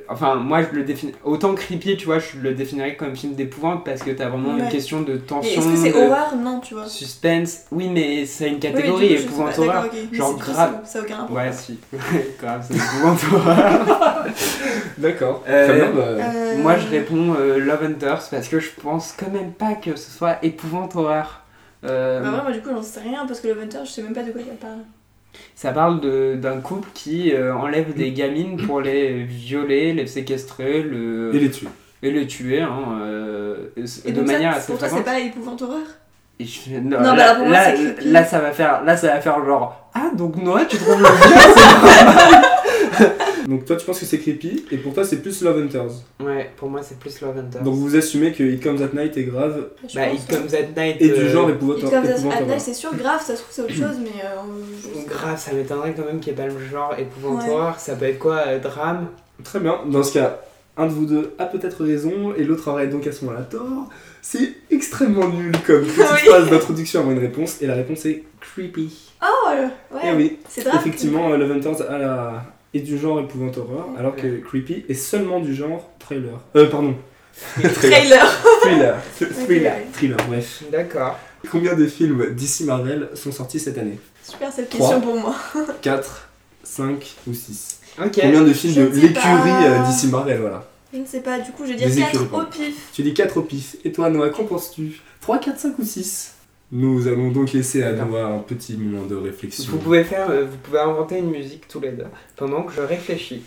Enfin, moi, je le définis. Autant Creepy, tu vois, je le définirais comme film d'épouvante parce que t'as vraiment une question de Et tension. est-ce que c'est horreur? Non, tu vois. Suspense. Oui, mais c'est une Oui, catégorie, du coup, je sais épouvante pas. horreur. D'accord, ok. Mais Genre c'est grave. précis, ça a aucun rapport. Ouais, si. Grave, c'est épouvante horreur. D'accord. Euh, Très bien, bah, Moi, je réponds Love Hunters parce que je pense quand même pas que ce soit épouvante horreur. Bah ouais, moi du coup j'en sais rien parce que le Hunter, je sais même pas de quoi il parle. Ça parle d'un couple qui enlève des gamines pour les violer, les séquestrer, et les tuer. et les tuer hein, Et de donc manière ça, assez pour toi c'est fréquente. pas épouvante horreur? Et je- Non, là, bah alors pour moi, là, c'est creepy. là, ça va faire genre ah donc Noah tu trouves le bien Donc toi tu penses que c'est creepy et pour toi c'est plus Love Hunters. Ouais, pour moi c'est plus Love Hunters. Donc vous assumez que It Comes at Night est grave Je Bah, pense, It Comes at Night. et du genre It épouvante Comes at horreur. Night, c'est sûr, grave, ça se trouve c'est autre chose, mais je sais pas. Grave, ça m'étonnerait quand même qu'il n'y ait pas le genre épouvante Ouais. horreur. Ça peut être quoi drame. Très bien, dans ce cas, un de vous deux a peut-être raison et l'autre aurait donc à ce moment-là tort. C'est extrêmement nul comme petite Oui. phrase d'introduction avant une réponse et la réponse est creepy. Oh ouais, Et oui, c'est grave. effectivement, Love Hunters est du genre épouvante horreur alors que creepy est seulement du genre trailer. Pardon. Trailer. Thriller, bref. D'accord. Combien de films DC Marvel sont sortis cette année? Super cette 3. question pour moi. 4, 5 ou 6? Ok. Combien de films Je de ne sais l'écurie pas. DC Marvel, voilà. Je ne sais pas, du coup je vais dire Des 4 écuries, au pardon. pif. Tu dis 4 au pif. Et toi, Noah, qu'en penses-tu? 3, 4, 5 ou 6? Nous allons donc laisser à Noah un petit moment de réflexion. Vous pouvez inventer une musique tous les deux pendant que je réfléchis.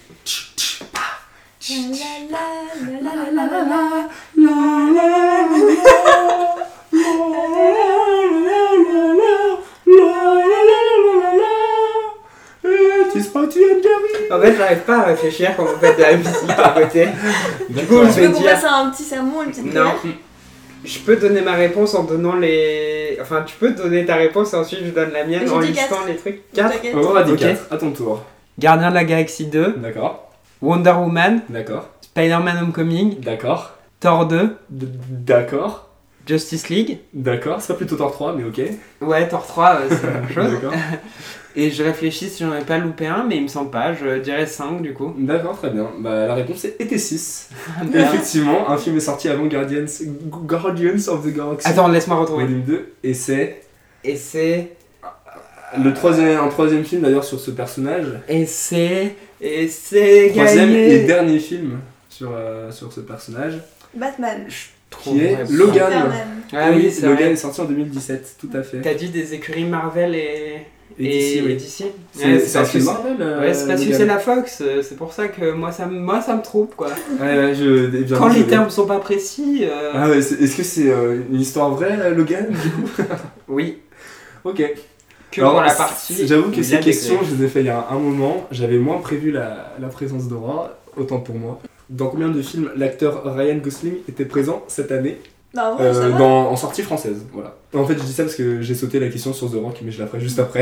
En fait, j'arrive pas à réfléchir quand vous faites de la musique à côté. Du coup, je Tu vais veux qu'on dire. fasse un petit sermon, une petite Non. prière? Je peux donner ma réponse en donnant les. Enfin, tu peux donner ta réponse et ensuite je donne la mienne J'ai en dit listant quatre. les trucs. 4. T'inquiète. On va dire Ok. 4, à ton tour. Gardien de la Galaxie 2, D'accord, Wonder Woman, d'accord, Spider-Man Homecoming, d'accord, Thor 2, d'accord, Justice League. d'accord. C'est pas plutôt Thor 3, mais ok. Ouais, Thor 3, c'est la même chose. D'accord. Et je réfléchis si j'en ai pas loupé un, mais il me semble pas, je dirais 5 du coup. D'accord, très bien. Bah, la réponse était 6. Merde. Effectivement, un film est sorti avant Guardians of the Galaxy. Attends, laisse-moi retrouver. Volume 2, et c'est Et c'est. un troisième film d'ailleurs sur ce personnage. Et c'est Troisième gagné. et dernier film sur ce personnage, Batman. qui est Trouverais pas. Logan. Superman. Ah oui, c'est Logan vrai. est sorti en 2017, tout à fait. T'as dit des écuries Marvel et DC, oui. DC. C'est Ouais, c'est un parce que film c'est- Marvel. Ouais, c'est parce que Logan. c'est la Fox, c'est pour ça que moi ça me trompe quoi. Ouais, bien Quand les désolé. termes sont pas précis. Ah ouais, est-ce que c'est une histoire vraie, Logan, du coup? Oui, Ok. que Alors, pour la partie. J'avoue que où ces il y a des questions, clés. je les ai fait il y a un moment. J'avais moins prévu la présence d'Aura, autant pour moi. Dans combien de films l'acteur Ryan Gosling était présent cette année Bah en vrai, ça va. en sortie française? Voilà. En fait, je dis ça parce que j'ai sauté la question sur The Rock, mais je la ferai juste après.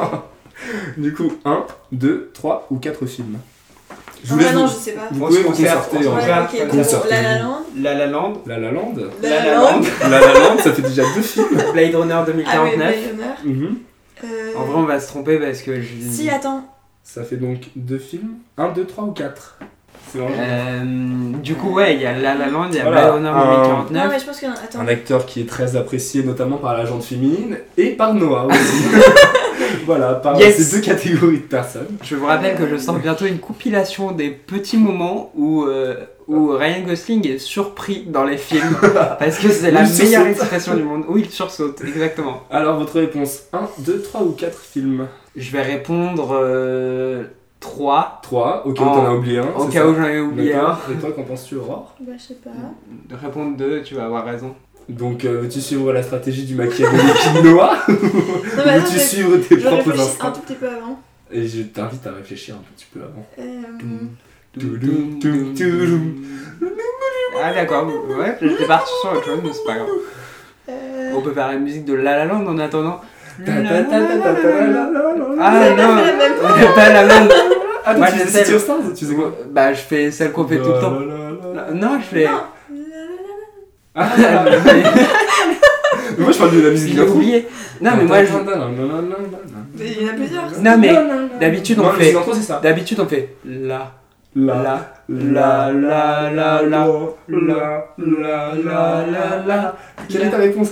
Du coup, 1, 2, 3 ou 4 films? Je En vous vrai, laisse non, vous- je sais pas. Vous On pouvez se vous concerte, concerter on en se Ouais, concerte. ok, Concertez-vous. La La Land. La La Land, La La Land. La La La La Land. Land. La La Land, ça fait déjà 2 films. Blade Runner Ah oui, 2049. Blade Runner. Mhm. En vrai, on va se tromper parce que je. Si, attends. Ça fait donc 2 films. 1, 2, 3 ou 4? C'est vraiment Du coup, ouais, il y a La La Land, il y a Voilà, Blade Runner Non, 2049. mais je pense que. Attends. un acteur qui est très apprécié notamment par la gente féminine et par Noah aussi. Voilà, par Yes. ces 2 catégories de personnes. Je vous rappelle que je sors bientôt une compilation des petits moments où Ryan Gosling est surpris dans les films. Parce que c'est la Il meilleure sursaute. expression du monde. Où il sursaute, exactement. Alors votre réponse, 1, 2, 3 ou 4 films? Je vais répondre 3, 3, ok, En- t'en as oublié un. au c'est cas ça où j'en ai oublié un. D'accord. Et toi, qu'en penses-tu, Aurore? Bah, je sais pas. De répondre 2, tu vas avoir raison. Donc, veux-tu suivre la stratégie du Machiavelli de Noah? Non, Ou mais attends, veux-tu suivre tes je propres réfléchis un instincts? tout petit peu avant. Et je t'invite à réfléchir un petit peu avant. Ah d'accord, ouais, j'étais parti sur autre chose, mais c'est pas grave. On peut faire la musique de La La Land en attendant. Ah On non, a fait la même. on fait pas la même. Ah, Moi, tu je fais sais. City of Stars? Tu sais quoi? Bah je fais celle qu'on fait tout le temps. Non, je fais. Non. Ah, mais moi, je parle de la musique Il a d'intro. oublié. Non mais moi je. Mais il y en a plusieurs. Non mais d'habitude Non, on la musique fait. d'intro, c'est ça. D'habitude on fait la la la la la la. Quelle est ta réponse?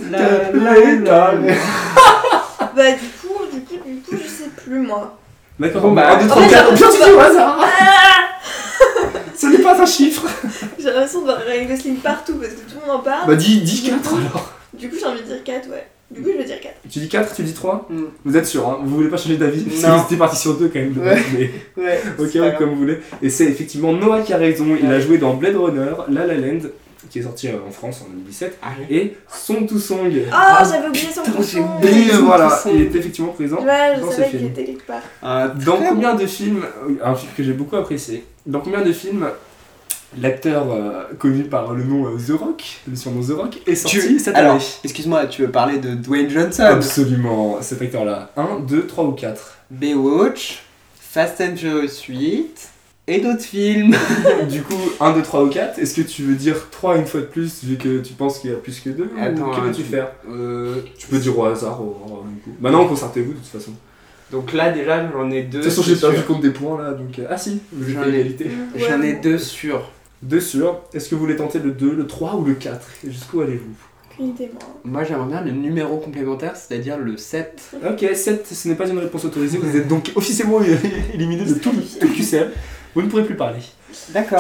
Bah du coup, je sais plus moi. D'accord, bon, bah, 1, 2, 3, en fait, 4, j'ai bien tu dis au hasard. Ce n'est pas un chiffre. J'ai l'impression de voir Ryan Gosling partout parce que tout le monde en parle. Bah dis 4 alors. Du coup j'ai envie de dire 4, ouais. Du coup je vais dire 4. Tu dis 4, tu dis 3? Mm. Vous êtes sûr, hein? Vous voulez pas changer d'avis? Parce que Non. vous étiez parti sur 2 quand même. Ouais. Mais... Ouais. Ok, ouais, comme vous voulez. Et c'est effectivement Noah qui a raison. Il a joué dans Blade Runner, La La Land, qui est sorti en France en 2017, et Song to Song. Oh, j'avais oublié son putain, j'ai bouton. oublié. Et Song to voilà, Song. il était effectivement présent Ouais, je dans ce savais qu'il film. était quelque part. Dans combien de films, un film que j'ai beaucoup apprécié, dans combien de films l'acteur connu par le nom The Rock, le surnom The Rock, est sorti cette année? Alors, excuse-moi, tu veux parler de Dwayne Johnson? Absolument, cet acteur-là. 1, 2, 3 ou 4. Baywatch, Fast and Furious 8 et d'autres films. Du coup, 1, 2, 3 ou 4, est-ce que tu veux dire 3 une fois de plus vu que tu penses qu'il y a plus que 2? Attends, que veux-tu faire? Tu Tu peux dire au hasard, du coup. Maintenant, concertez-vous de toute façon. Donc là, déjà, j'en ai 2. De toute façon, j'ai perdu compte des points là, donc. Ah si, vous êtes J'en à ai- égalité. J'en ai Ouais, 2 sûrs. 2 sûrs. Est-ce que vous voulez tenter le 2, le 3 ou le 4? Et jusqu'où allez-vous? Aucune idée, moi. Moi, j'aimerais bien le numéro complémentaire, c'est-à-dire le 7. Ok, 7, ce n'est pas une réponse autorisée, vous êtes donc officiellement éliminé de tout le QCM. Vous ne pourrez plus parler. D'accord.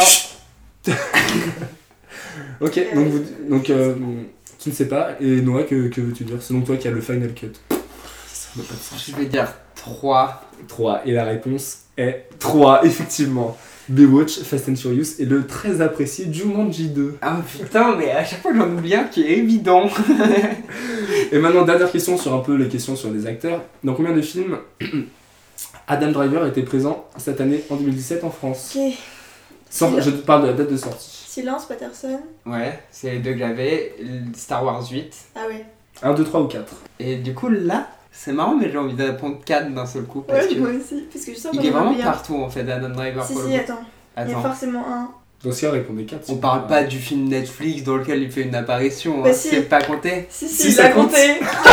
Ok, tu ne sais pas, et Noah, que veux-tu dire? C'est donc toi qui as le final cut. Ça n'a pas de sens. Je vais dire 3. 3, et la réponse est 3, effectivement. Baywatch, Fast and Furious et le très apprécié Jumanji 2. Ah putain, mais à chaque fois j'en oublie un qui est évident. Et maintenant, dernière question sur un peu les questions sur les acteurs. Dans combien de films Adam Driver était présent cette année en 2017 en France? Ok. Je te parle de la date de sortie. Silence, Patterson. Ouais, c'est les deux que j'avais. Star Wars 8. Ah ouais. 1, 2, 3 ou 4. Et du coup, là, c'est marrant, mais j'ai envie de répondre 4 d'un seul coup. Parce Ouais, que moi aussi. Parce que je sens qu'on il est en vraiment oublie un. partout en fait, Adam Driver. Si, pour le si, coup. attends. Il y a Attends. forcément un. Dans ce cas, répondez 4. On parle pas du film Netflix dans lequel il fait une apparition, Bah hein. si. C'est pas compté. Si, Si, il ça l'a compte. compté.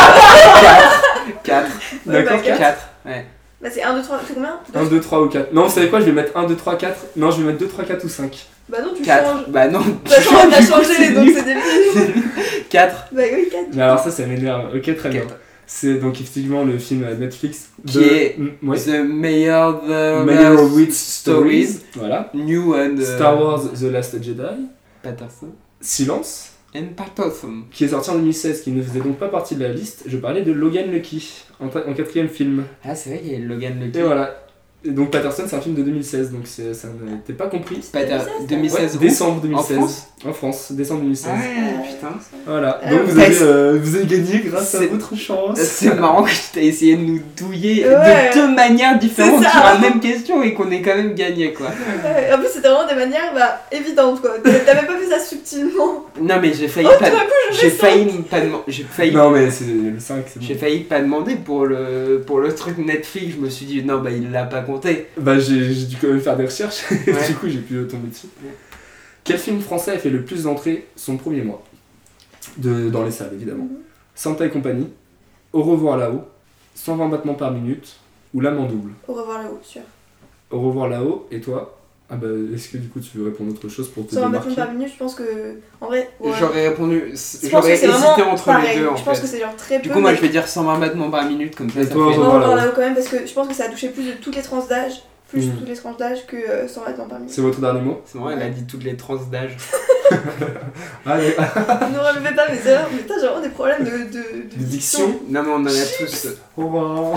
4. Ouais, bah, 4. 4. Ouais. Bah c'est 1, 2, 3. C'est combien 1, 2, 3 ou 4. Non, vous savez quoi, je vais mettre 1, 2, 3, 4. Non, je vais mettre 2, 3, 4 ou 5. Bah non, tu 4. changes. Bah non. De toute façon, on a changé, donc c'est débile. 4. Bah oui, 4. Mais alors ça m'énerve. Ok, très bien. 4. C'est donc effectivement le film Netflix Qui est ouais. The Mayor the Meyerowitz Stories. Voilà. New and Star Wars The Last Jedi. Patterson. Silence. And Patterson. Qui est sorti en 2016, qui ne faisait donc pas partie de la liste. Je parlais de Logan Lucky, en 4ème film. Ah, c'est vrai qu'il y a Logan Lucky. Et voilà. Et donc Patterson, c'est un film de 2016, donc ça n'était pas compris. Pater... Ouais, 2016 où décembre 2016. En France En France, décembre 2016. Ah ouais, putain. Voilà. Ah, Donc ouais. vous avez gagné grâce à C'est- votre chance. C'est marrant que tu as essayé de nous douiller Ouais. de 2 manières différentes C'est ça. sur la même question et qu'on ait quand même gagné quoi. Ouais, en plus, c'était vraiment des manières évidentes quoi. T'as même pas fait ça subtilement. Non mais j'ai failli Oh, pas tout d'un coup, je j'ai fais failli pas demander j'ai failli Non mais c'est le 5, c'est bon. j'ai failli pas demander pour le truc Netflix, je me suis dit non bah il l'a pas compté. Bah j'ai dû quand même faire des recherches, Ouais. du coup j'ai pu tomber dessus. Ouais. Quel film français a fait le plus d'entrées son premier mois dans les salles évidemment? Santa et compagnie, Au revoir là-haut, 120 battements par minute ou L'âme en double? Au revoir là-haut, sûr. Au revoir là-haut, et toi? Ah bah est-ce que du coup tu veux répondre autre chose pour te Sur un démarquer? battement par minute, je pense que. En vrai. Ouais. J'aurais répondu Je pense que j'aurais c'est hésité vraiment entre pareil. les deux en Je pense que fait. c'est genre très peu. Du coup moi mais- je vais dire 120 battements par minute comme ça Et ça toi, fait Au Au revoir revoir là-haut. là-haut quand même, parce que je pense que ça a touché plus de toutes les tranches d'âge. Plus Mhm. toutes les tranches d'âge que 100 battements par minute. C'est votre dernier mot? C'est vrai, elle a dit toutes les tranches d'âge. Allez, Ne relevez pas mes erreurs, mais putain, j'ai vraiment des problèmes de de diction. Non mais on en a tous Au revoir.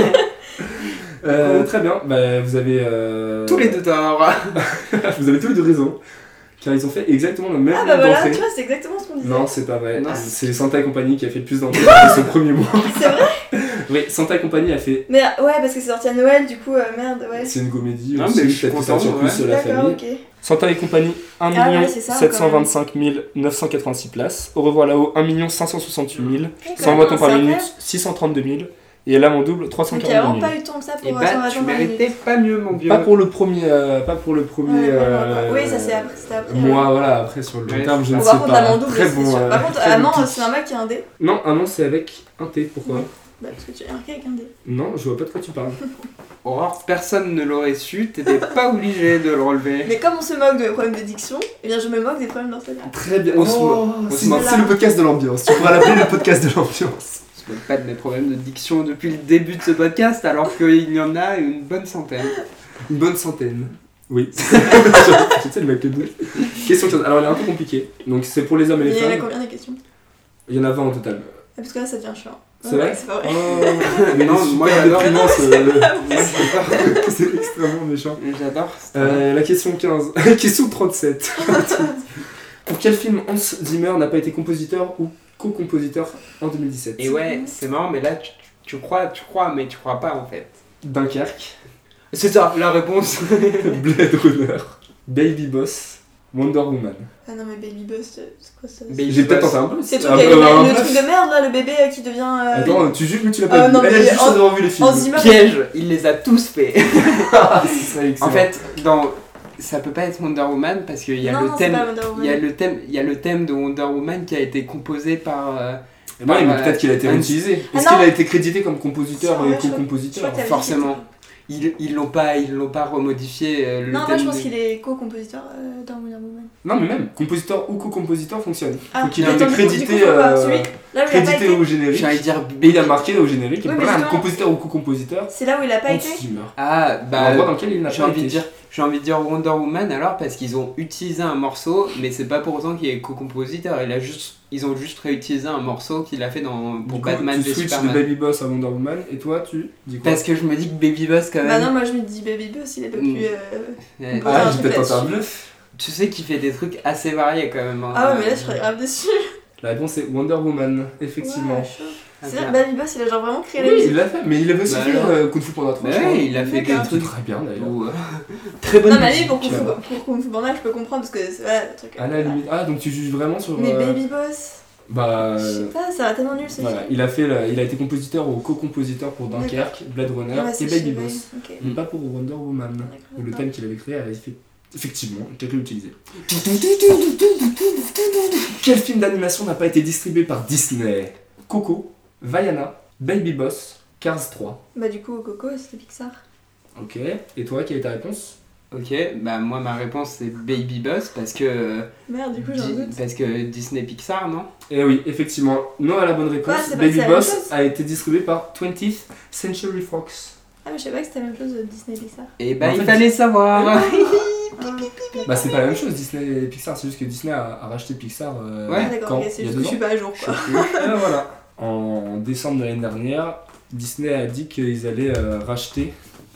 Très bien, bah, vous avez tous les deux torts. vous avez tous les deux raison, car ils ont fait exactement le même Ah bah nombre voilà, d'entrées. tu vois, c'est exactement ce qu'on disait. Non, c'est pas vrai. Non. C'est Santa et compagnie qui a fait le plus d'entrées depuis son premier mois. C'est vrai. Oui, Santa et compagnie a fait. Mais ouais, parce que c'est sorti à Noël, du coup, merde, ouais. C'est une comédie Non, aussi, mais je suis peut-être que ça content, attire plus la D'accord, famille. ok. Santa et compagnie, 1 Ah ouais, c'est ça, 725 986 places. Au revoir là-haut, 1 568 000. 100 Quand battements même, par c'est minute, incroyable. 632 000. Et L'âme en double, Donc il 342 y a 000. vraiment pas eu tant que ça pour Et 100 bah tu battements par méritais minute. pas mieux mon vieux. Pas pour le premier, pas pour le premier Ouais, oui, ça c'est après, c'était après. mois, voilà, après sur le long Ouais, terme, je Bon, ne par sais contre, pas. l'amant double, Très c'est bon. sûr. Par contre, très bon amant, pitch. c'est un mec qui a un dé. Non, un non, c'est avec un T, pourquoi? Bah, parce que tu as marqué avec un dé. Non, je vois pas de quoi tu parles. Aurore, personne ne l'aurait su, t'étais pas obligé de le relever. Mais comme on se moque de mes problèmes de diction, eh bien je me moque des problèmes d'orthographe. Très bien, on se moque. se moque. C'est le podcast de l'ambiance. Tu pourras l'appeler le podcast de l'ambiance. Je ne pas de mes problèmes de diction depuis le début de ce podcast, alors qu'il y en a une bonne centaine. Une bonne centaine. Oui. Je sais le mec le doute. Question 15. Alors elle est un peu compliquée. Donc c'est pour les hommes et les Il y en a femmes. combien des questions? Il y en a 20 au total. Parce que là ça devient chiant. C'est vrai? C'est pas vrai. Oh, mais Non, non, moi, super j'adore. déprimant, Moi, j'adore. c'est extrêmement méchant. J'adore. La question 15. Question 37. Pour quel film Hans Zimmer n'a pas été compositeur ou co-compositeur en 2017? Et ouais, c'est marrant, mais là, tu crois, mais tu crois pas en fait. Dunkerque, C'est ça, la réponse. Blade Runner, Baby Boss, Wonder Woman. Ah non mais Baby Boss, c'est quoi ça? Baby J'ai peut-être Boss. tenté un peu. C'est le Ah, truc, bah, le truc de merde là, le bébé qui devient. Attends, tu juges mais tu l'as pas vu. non, Elle a mais juste d'avoir vu les films. Hans Zimmer. Piège, il les a tous fait. Ce serait excellent. En fait, ça peut pas être Wonder Woman parce qu'il y a Non, le non, c'est thème. pas Wonder Woman. Il y a le thème de Wonder Woman qui a été composé par. Non, mais peut-être qu'il a été Hans- réutilisé. Ah Est-ce non. qu'il a été crédité comme compositeur Si, ouais, et je crois co-compositeur que t'avais dit forcément. quelque Ils l'ont pas remodifié. Le Non, moi thème je pense de- qu'il est co-compositeur dans Wonder Woman. Non, mais même, compositeur ou co-compositeur fonctionne. Ah, Faut qu'il ait attends, été du coup, crédité, faut pas. Celui, là où il a pas crédité été. au générique. J'allais dire Et il a marqué au générique. Oui, mais Bram, justement- compositeur ou co-compositeur. C'est là où il a pas Hans été. Zimmer. Ah, L'endroit bah. dans lequel il n'a J'ai pas envie, été. j'ai envie de dire Wonder Woman alors parce qu'ils ont utilisé un morceau, mais c'est pas pour autant qu'il est co-compositeur. Ils ont juste réutilisé un morceau qu'il a fait pour Du coup, Batman tu v switches de Superman. Baby Boss à Wonder Woman. Et toi, tu dis quoi? Parce que je me dis que Baby Boss quand Bah même. non, moi je me dis Baby Boss, il est pas Mm. plus. Ouais. Bon, Ah, un j'ai truc peut-être tenté un là-dessus. bluff. Tu sais qu'il fait des trucs assez variés quand même. Hein. Ah ouais, mais là je serais grave déçue. La réponse est Wonder Woman, effectivement. Ouais, chaud. Ah, C'est-à-dire bien. que Baby Boss, il a genre vraiment créé la Oui, musique. il l'a fait, mais il avait aussi Bah fait alors. Kung Fu Panda 3. Bah je crois. ouais, il a fait des D'accord. C'était trucs. très bien d'ailleurs. Où, très bonne Non, mais musique. lui, pour Kung Fu Panda, je peux comprendre parce que c'est voilà, le truc. À la limite. Ah, donc tu juges vraiment sur. Mais Baby Boss, Bah. je sais pas, ça va tellement nul ce Voilà, film. il a été compositeur ou co-compositeur pour Dunkerque, Blade Runner Ouais, et c'est Baby chez Boss. Baby. Ok. Mais pas pour Wonder Woman. D'accord, Et le d'accord. thème qu'il avait créé avait effectivement été réutilisé. Quel film d'animation n'a pas été distribué par Disney? Coco, Vaiana, Baby Boss, Cars 3. Bah, du coup, Coco, c'était Pixar. Ok, et toi, quelle est ta réponse? Ok, bah moi ma réponse c'est Baby Boss parce que. Merde, du coup, j'ai un doute. Parce que Disney Pixar, non? Eh oui, effectivement, non à la bonne réponse. Quoi, c'est pas- Baby c'est la même Boss chose a été distribué par 20th Century Fox. Ah, mais je savais pas que c'était la même chose de Disney Pixar. Et bah En il fait, fallait savoir! Bah c'est pas la même chose, Disney et Pixar, c'est juste que Disney a racheté Pixar Ouais, Ah, d'accord, quand ok, il c'est y a juste 2 que je suis ans. pas à jour, Je quoi. sais plus. Et voilà. En décembre de l'année dernière, Disney a dit qu'ils allaient racheter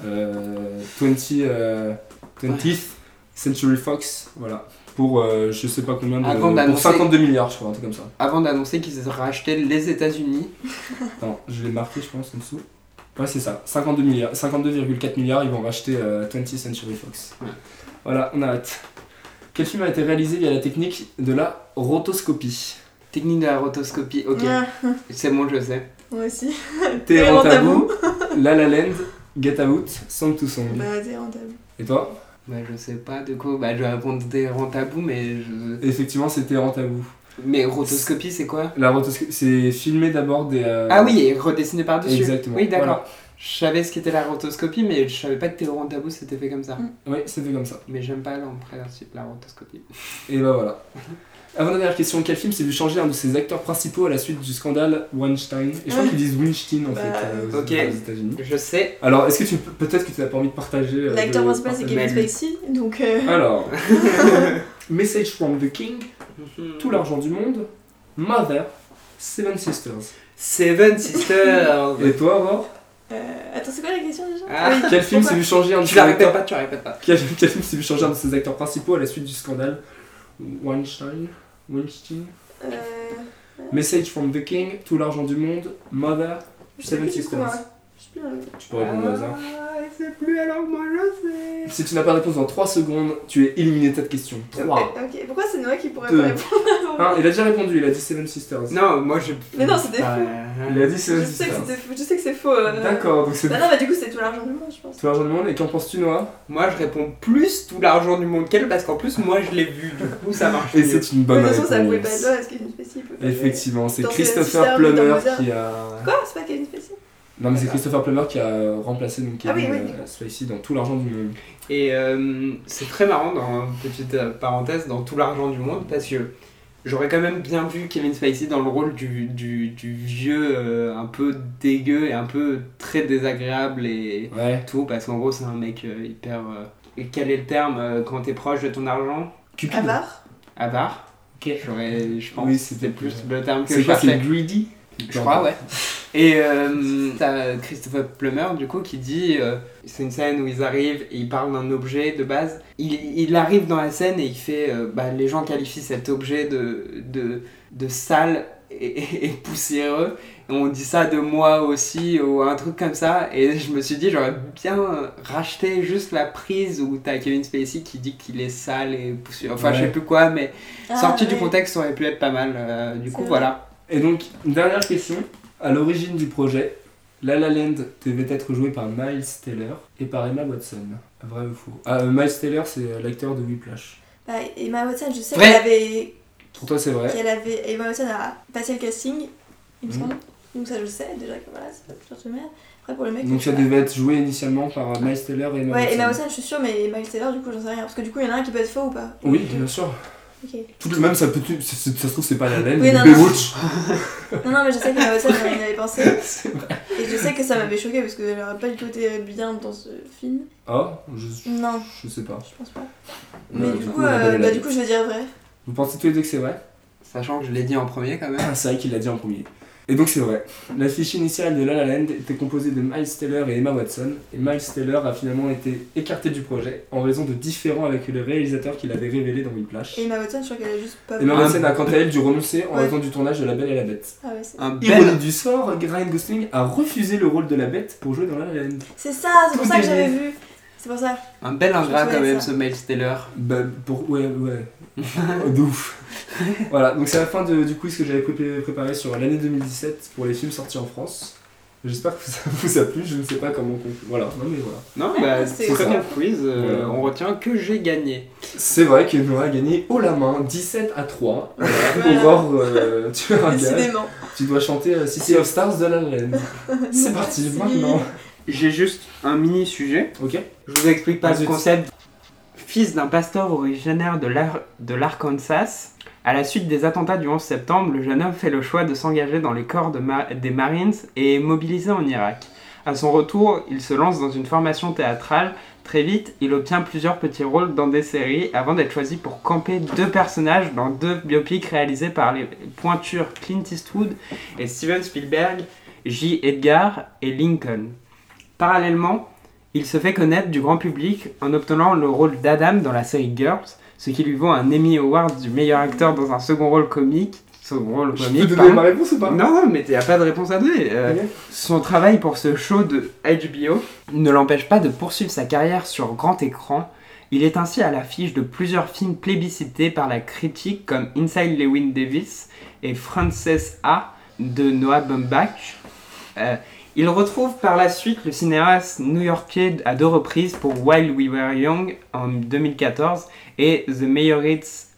20th Century Fox, voilà, pour je sais pas combien de... Avant pour d'annoncer- 52 milliards, je crois, un truc comme ça. Avant d'annoncer qu'ils auraient racheté les États-Unis. Attends, je l'ai marqué, je pense, en dessous. Ouais, c'est ça, 52,4 milliards, ils vont racheter 20th Century Fox. Ouais. Voilà, on arrête. Quel film a été réalisé via la technique de la rotoscopie? Technique de la rotoscopie, ok. Ah, C'est bon, je sais. moi aussi. Téhéran Tabou. Tabou, La La Land, Get Out, Song to Song. Bah, c'est rentable. Et toi? Bah je sais pas, du coup, bah je vais répondre des tabou, mais je... Effectivement, c'est Téhéran Tabou. Mais rotoscopie c'est quoi? La rotoscopie, c'est filmé d'abord des... Ah oui, et redessiné par-dessus. Exactement. Oui, d'accord. Voilà. Je savais ce qu'était la rotoscopie, mais je savais pas que Téhéran Tabou c'était fait comme ça. Oui, c'était comme ça. Mais j'aime pas en principe la rotoscopie. Et bah voilà. Avant-dernière question, quel film s'est vu changer un de ses acteurs principaux à la suite du scandale Weinstein? Et je crois qu'ils disent Weinstein en Bah, fait ok. aux États-Unis. Je sais. Alors, est-ce que tu peut-être que tu n'as pas envie de partager L'acteur de principal, c'est partager- Kevin Mais- Spacey, donc. Alors, Message from the King, Tout l'argent du monde, Mother, Seven Sisters. Seven Sisters. Et toi, Aurore? Attends, c'est quoi la question déjà Ah. Oui, Quel film pourquoi s'est vu changer un de Tu ses la répètes acteurs pas, tu la répètes pas. Quel film s'est vu changer un de ses acteurs principaux à la suite du scandale Weinstein? Euh, Message from the King, Tout l'argent du monde, Mother, je sais Seven plus du tout, Sisters. hein. Je sais plus, Tu peux répondre au hasard. Ah, je sais plus, alors moi je sais. Si tu n'as pas de réponse dans 3 secondes, tu es éliminé de cette question. 3. Ok, pourquoi c'est Noah qui pourrait Deux. pas répondre Il a déjà répondu, il a dit Seven Sisters. Non, moi je. Mais non, c'était Ah, Il a dit Je Seven sais que Sisters. je sais que c'est faux. D'accord, donc c'est Bah non, bah du coup, c'est tout l'argent du monde, je pense. tout l'argent du monde. Et qu'en penses-tu, Noah? Moi je réponds plus tout l'argent du monde qu'elle parce qu'en plus moi je l'ai vu, du coup ça marche. Et mieux. c'est une De bonne toute réponse. façon, ça pouvait pas être là, parce que Kevin Spacey peut pas jouer. Effectivement, c'est Dans Christopher Seven Sisters, Plummer dans Mother. qui a. Quoi? C'est pas Kevin Spacey Non, mais c'est Voilà. Christopher Plummer qui a remplacé donc Ah oui, Kevin oui, d'accord. Spacey dans Tout l'argent du monde. Et c'est très marrant, dans petite parenthèse, dans Tout l'argent du monde, parce que j'aurais quand même bien vu Kevin Spacey dans le rôle du vieux un peu dégueu et un peu très désagréable et Ouais. tout, parce qu'en gros c'est un mec hyper... et quel est le terme quand t'es proche de ton argent? Cupid. Avare. Avare. Ok. Je pense Oui, que c'était c'était plus le terme que C'est je quoi, c'est cherchais. greedy? Je crois, ouais. Et t'as Christopher Plummer, du coup, qui dit c'est une scène où ils arrivent et ils parlent d'un objet de base. Il arrive dans la scène et il fait les gens qualifient cet objet de sale et poussiéreux. Et on dit ça de moi aussi, ou un truc comme ça. Et je me suis dit, j'aurais bien racheté juste la prise où t'as Kevin Spacey qui dit qu'il est sale et poussiéreux. Enfin, je sais plus quoi, mais sorti du ouais. contexte, ça aurait pu être pas mal. Du coup, vrai. voilà. Et donc, une dernière question. À l'origine du projet, La La Land devait être joué par Miles Teller et par Emma Watson. Vrai ou faux? Miles Teller, c'est l'acteur de Whiplash. Bah, Emma Watson, je sais Vrai. Pour toi, c'est vrai? Emma Watson a passé le casting, il me Mhm. semble. Donc ça, je sais déjà que voilà, c'est pas toujours de merde. Après, pour le mec. Donc, ça devait être joué initialement par Miles Teller et Emma Ouais, Watson. Emma Watson, je suis sûre, mais Miles Taylor, du coup, j'en sais rien. Parce que du coup, il y en a un qui peut être faux ou pas. Oui, bien sûr. Ok. Tout le même, ça se trouve, c'est pas La La Land, Oui, mais non, Baywatch. Non, mais je sais qu'Emma Watson, on y avait pensé. C'est vrai. Et je sais que ça m'avait choqué parce qu'elle aurait pas du tout été bien dans ce film. Oh, Non, je sais pas. je pense pas. Ouais, Mais du du coup, coup, on a pas la bah, vie. du coup, je vais dire vrai. Vous pensez tous les deux que c'est vrai? Sachant que je l'ai dit en premier quand même. Ah, c'est vrai qu'il l'a dit en premier. Et donc c'est vrai. L'affiche initiale de La La Land était composée de Miles Teller et Emma Watson. Et Miles Teller a finalement été écarté du projet en raison de différends avec le réalisateur qui l'avait révélé dans Whiplash. Et Emma Watson, je crois qu'elle a juste pas Emma voulu. Watson a quant à elle dû renoncer en Ouais. raison du tournage de La Belle et la Bête. Ah ouais, c'est Un Ironie bel, du sort, Ryan Gosling a refusé le rôle de la Bête pour jouer dans La La Land. c'est ça, c'est pour Tout ça que est j'avais vrai. vu. C'est pour ça. un bel ingrat Je quand trouvais même ça. ce Miles Teller. Bah, ouais. De ouf. Voilà, donc c'est la fin du quiz que j'avais préparé sur l'année 2017 pour les films sortis en France. J'espère que ça vous a plu, je ne sais pas comment conclure. Voilà, non mais voilà. Non, Ouais, bah c'est c'est très ça. bon quiz. Voilà. On retient que j'ai gagné. C'est vrai que Noah a gagné haut la main, 17-3. Voilà. Voilà. Aurore, tu es un gars. Décidément. Tu dois chanter City of Stars de La La Land. C'est parti, Merci. maintenant. J'ai juste un mini sujet. Ok. Je vous explique pas Vas-y. le concept. Fils d'un pasteur originaire de l'Arkansas, à la suite des attentats du 11 septembre, le jeune homme fait le choix de s'engager dans les corps des Marines et est mobilisé en Irak. À son retour, il se lance dans une formation théâtrale. Très vite, il obtient plusieurs petits rôles dans des séries avant d'être choisi pour camper 2 personnages dans 2 biopics réalisés par les pointures Clint Eastwood et Steven Spielberg, J. Edgar et Lincoln. Parallèlement, il se fait connaître du grand public en obtenant le rôle d'Adam dans la série Girls, ce qui lui vaut un Emmy Award du meilleur acteur dans un second rôle comique. Je peux donner pardon. ma réponse ou pas? Non, mais il n'y a pas de réponse à donner. Ok. Son travail pour ce show de HBO ne l'empêche pas de poursuivre sa carrière sur grand écran. Il est ainsi à l'affiche de plusieurs films plébiscités par la critique comme Inside Llewyn Davis et Frances A de Noah Baumbach. Il retrouve par la suite le cinéaste new-yorkais à 2 reprises pour While We Were Young en 2014 et The Meyerowitz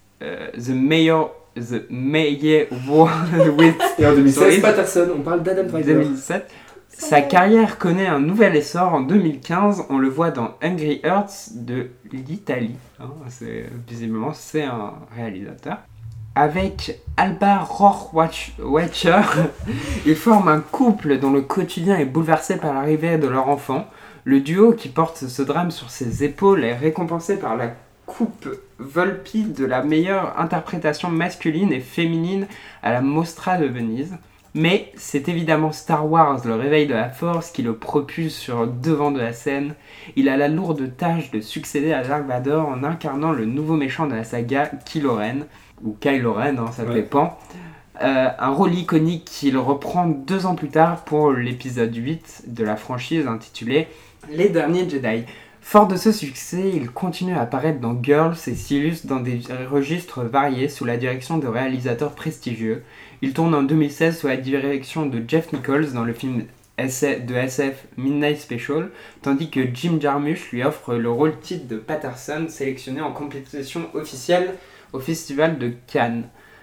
Et en 2016, Sorry. Patterson, on parle d'Adam Driver. 2007. Sa carrière connaît un nouvel essor en 2015. On le voit dans Hungry Hearts de l'Italie. Visiblement, c'est un réalisateur. Avec Alba Rohrwacher, ils forment un couple dont le quotidien est bouleversé par l'arrivée de leur enfant. Le duo qui porte ce drame sur ses épaules est récompensé par la Coupe Volpi de la meilleure interprétation masculine et féminine à la Mostra de Venise. Mais c'est évidemment Star Wars, le réveil de la force, qui le propulse sur le devant de la scène. Il a la lourde tâche de succéder à Dark Vador en incarnant le nouveau méchant de la saga, Kylo Ren, ou Kylo Ren, ça Ouais. dépend. Un rôle iconique qu'il reprend 2 ans plus tard pour l'épisode 8 de la franchise intitulé Les Derniers Jedi. Fort de ce succès, il continue à apparaître dans Girls et s'illustre dans des registres variés sous la direction de réalisateurs prestigieux. Il tourne en 2016 sous la direction de Jeff Nichols dans le film de SF Midnight Special, tandis que Jim Jarmusch lui offre le rôle titre de Patterson, sélectionné en compétition officielle au Festival de Cannes.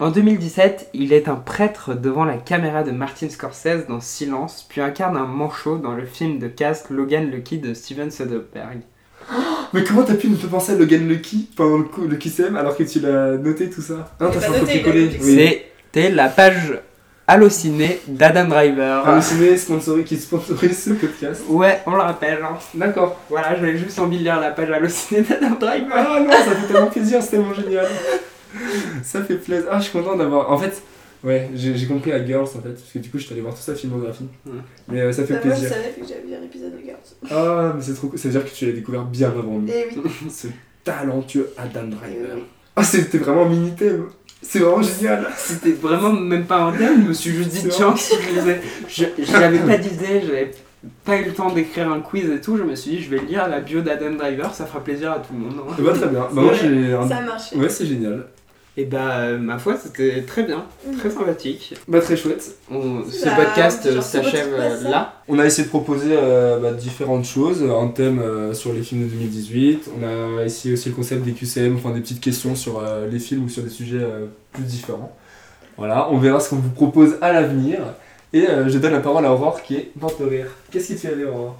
En 2017, il est un prêtre devant la caméra de Martin Scorsese dans Silence, puis incarne un manchot dans le film de cast Logan Lucky de Steven Soderbergh. Mais comment t'as pu ne pas penser à Logan Lucky pendant le QCM alors que tu l'as noté tout ça? Ah, Il t'as est fait pas un noté, copier-coller. il a noté. C'était la page hallucinée d'Adam Driver. Halluciné, qui sponsorise ce podcast. Ouais, on le rappelle. Hein. D'accord. Voilà, j'avais juste envie de lire la page hallucinée d'Adam Driver. Ah non, ça fait tellement plaisir, c'est tellement génial. Ça fait plaisir. Ah, je suis content d'avoir. En fait, ouais, j'ai compris à Girls en fait, parce que du coup, je suis allé voir toute sa filmographie. Mais ça fait Bah, moi, je plaisir. savais que j'avais vu un épisode de Girls. Ah, mais c'est trop cool. Ça veut dire que tu l'as découvert bien avant lui. Et oui. Ce talentueux Adam Driver. Oui. Ah, c'était vraiment un mini-thème. C'est vraiment génial. C'était vraiment même pas un thème, je me suis juste dit tiens, si j'avais pas d'idée, j'avais pas eu le temps d'écrire un quiz et tout, je me suis dit je vais lire la bio d'Adam Driver, ça fera plaisir à tout le monde. Hein. Bah, très bien. Bah, moi, j'ai un. Ça a marché. Ouais, c'est génial. Et bah ma foi c'était très bien, très sympathique. Bah, très chouette. Ce Bah, podcast genre, s'achève c'est pas ça. là. On a essayé de proposer différentes choses, un thème sur les films de 2018, on a essayé aussi le concept des QCM, enfin des petites questions sur les films ou sur des sujets plus différents. Voilà, on verra ce qu'on vous propose à l'avenir. Et je donne la parole à Aurore qui est morte de rire. Qu'est-ce qui te fait rire, Aurore?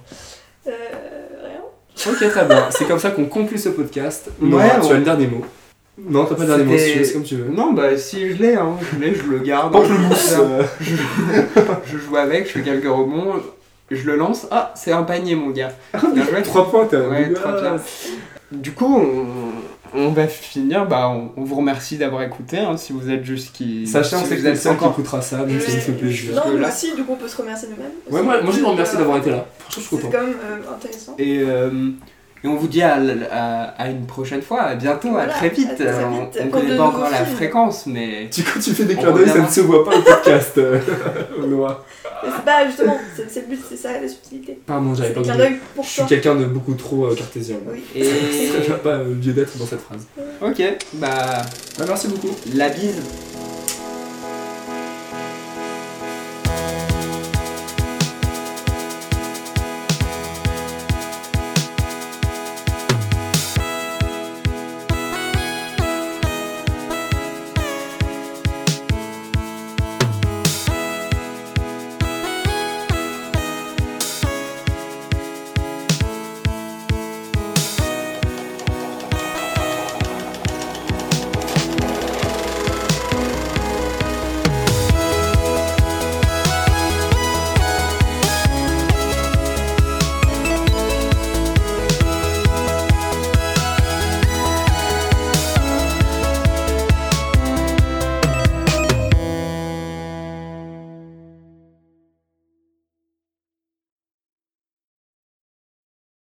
Rien. Ok, très bien, c'est comme ça qu'on conclut ce podcast. Ouais, Nora, tu ouais. as le dernier mot. Non, t'as pas le dernier mot, si tu veux, c'est comme tu veux. Non bah si je l'ai, hein, je le garde. Porte le mousse. Je joue avec, je fais quelques rebonds, je le lance, ah c'est un panier mon gars. Bien joué. 3 points, t'as Ouais, 3 points. Du coup, on va finir. Bah, on vous remercie d'avoir écouté. Hein, si vous êtes jusqu'ici. Sachez, on si sait que vous c'est le êtes seul qui encore. écoutera ça, donc ça nous fait plaisir. Non, que mais là- aussi, du coup, on peut se remercier nous-mêmes. Ouais, moi je vous remercie d'avoir été là. Franchement, je suis C'est content. quand même intéressant. Et on vous dit à une prochaine fois. À bientôt, Voilà, à très vite. à très vite. On Pour connaît de pas encore nouveaux la films. fréquence, mais. Quand tu fais des On clins d'œil, ça reviendra. ne se voit pas au podcast, Noah. Mais c'est pas, justement, c'est le but, c'est ça, la subtilité. Pardon, j'avais C'est pas des clins compris. d'œil pour Je suis toi. quelqu'un de beaucoup trop cartésien. Oui. Et. Ça n'a pas lieu d'être dans cette phrase. Ok, bah. Bah, merci beaucoup. La bise.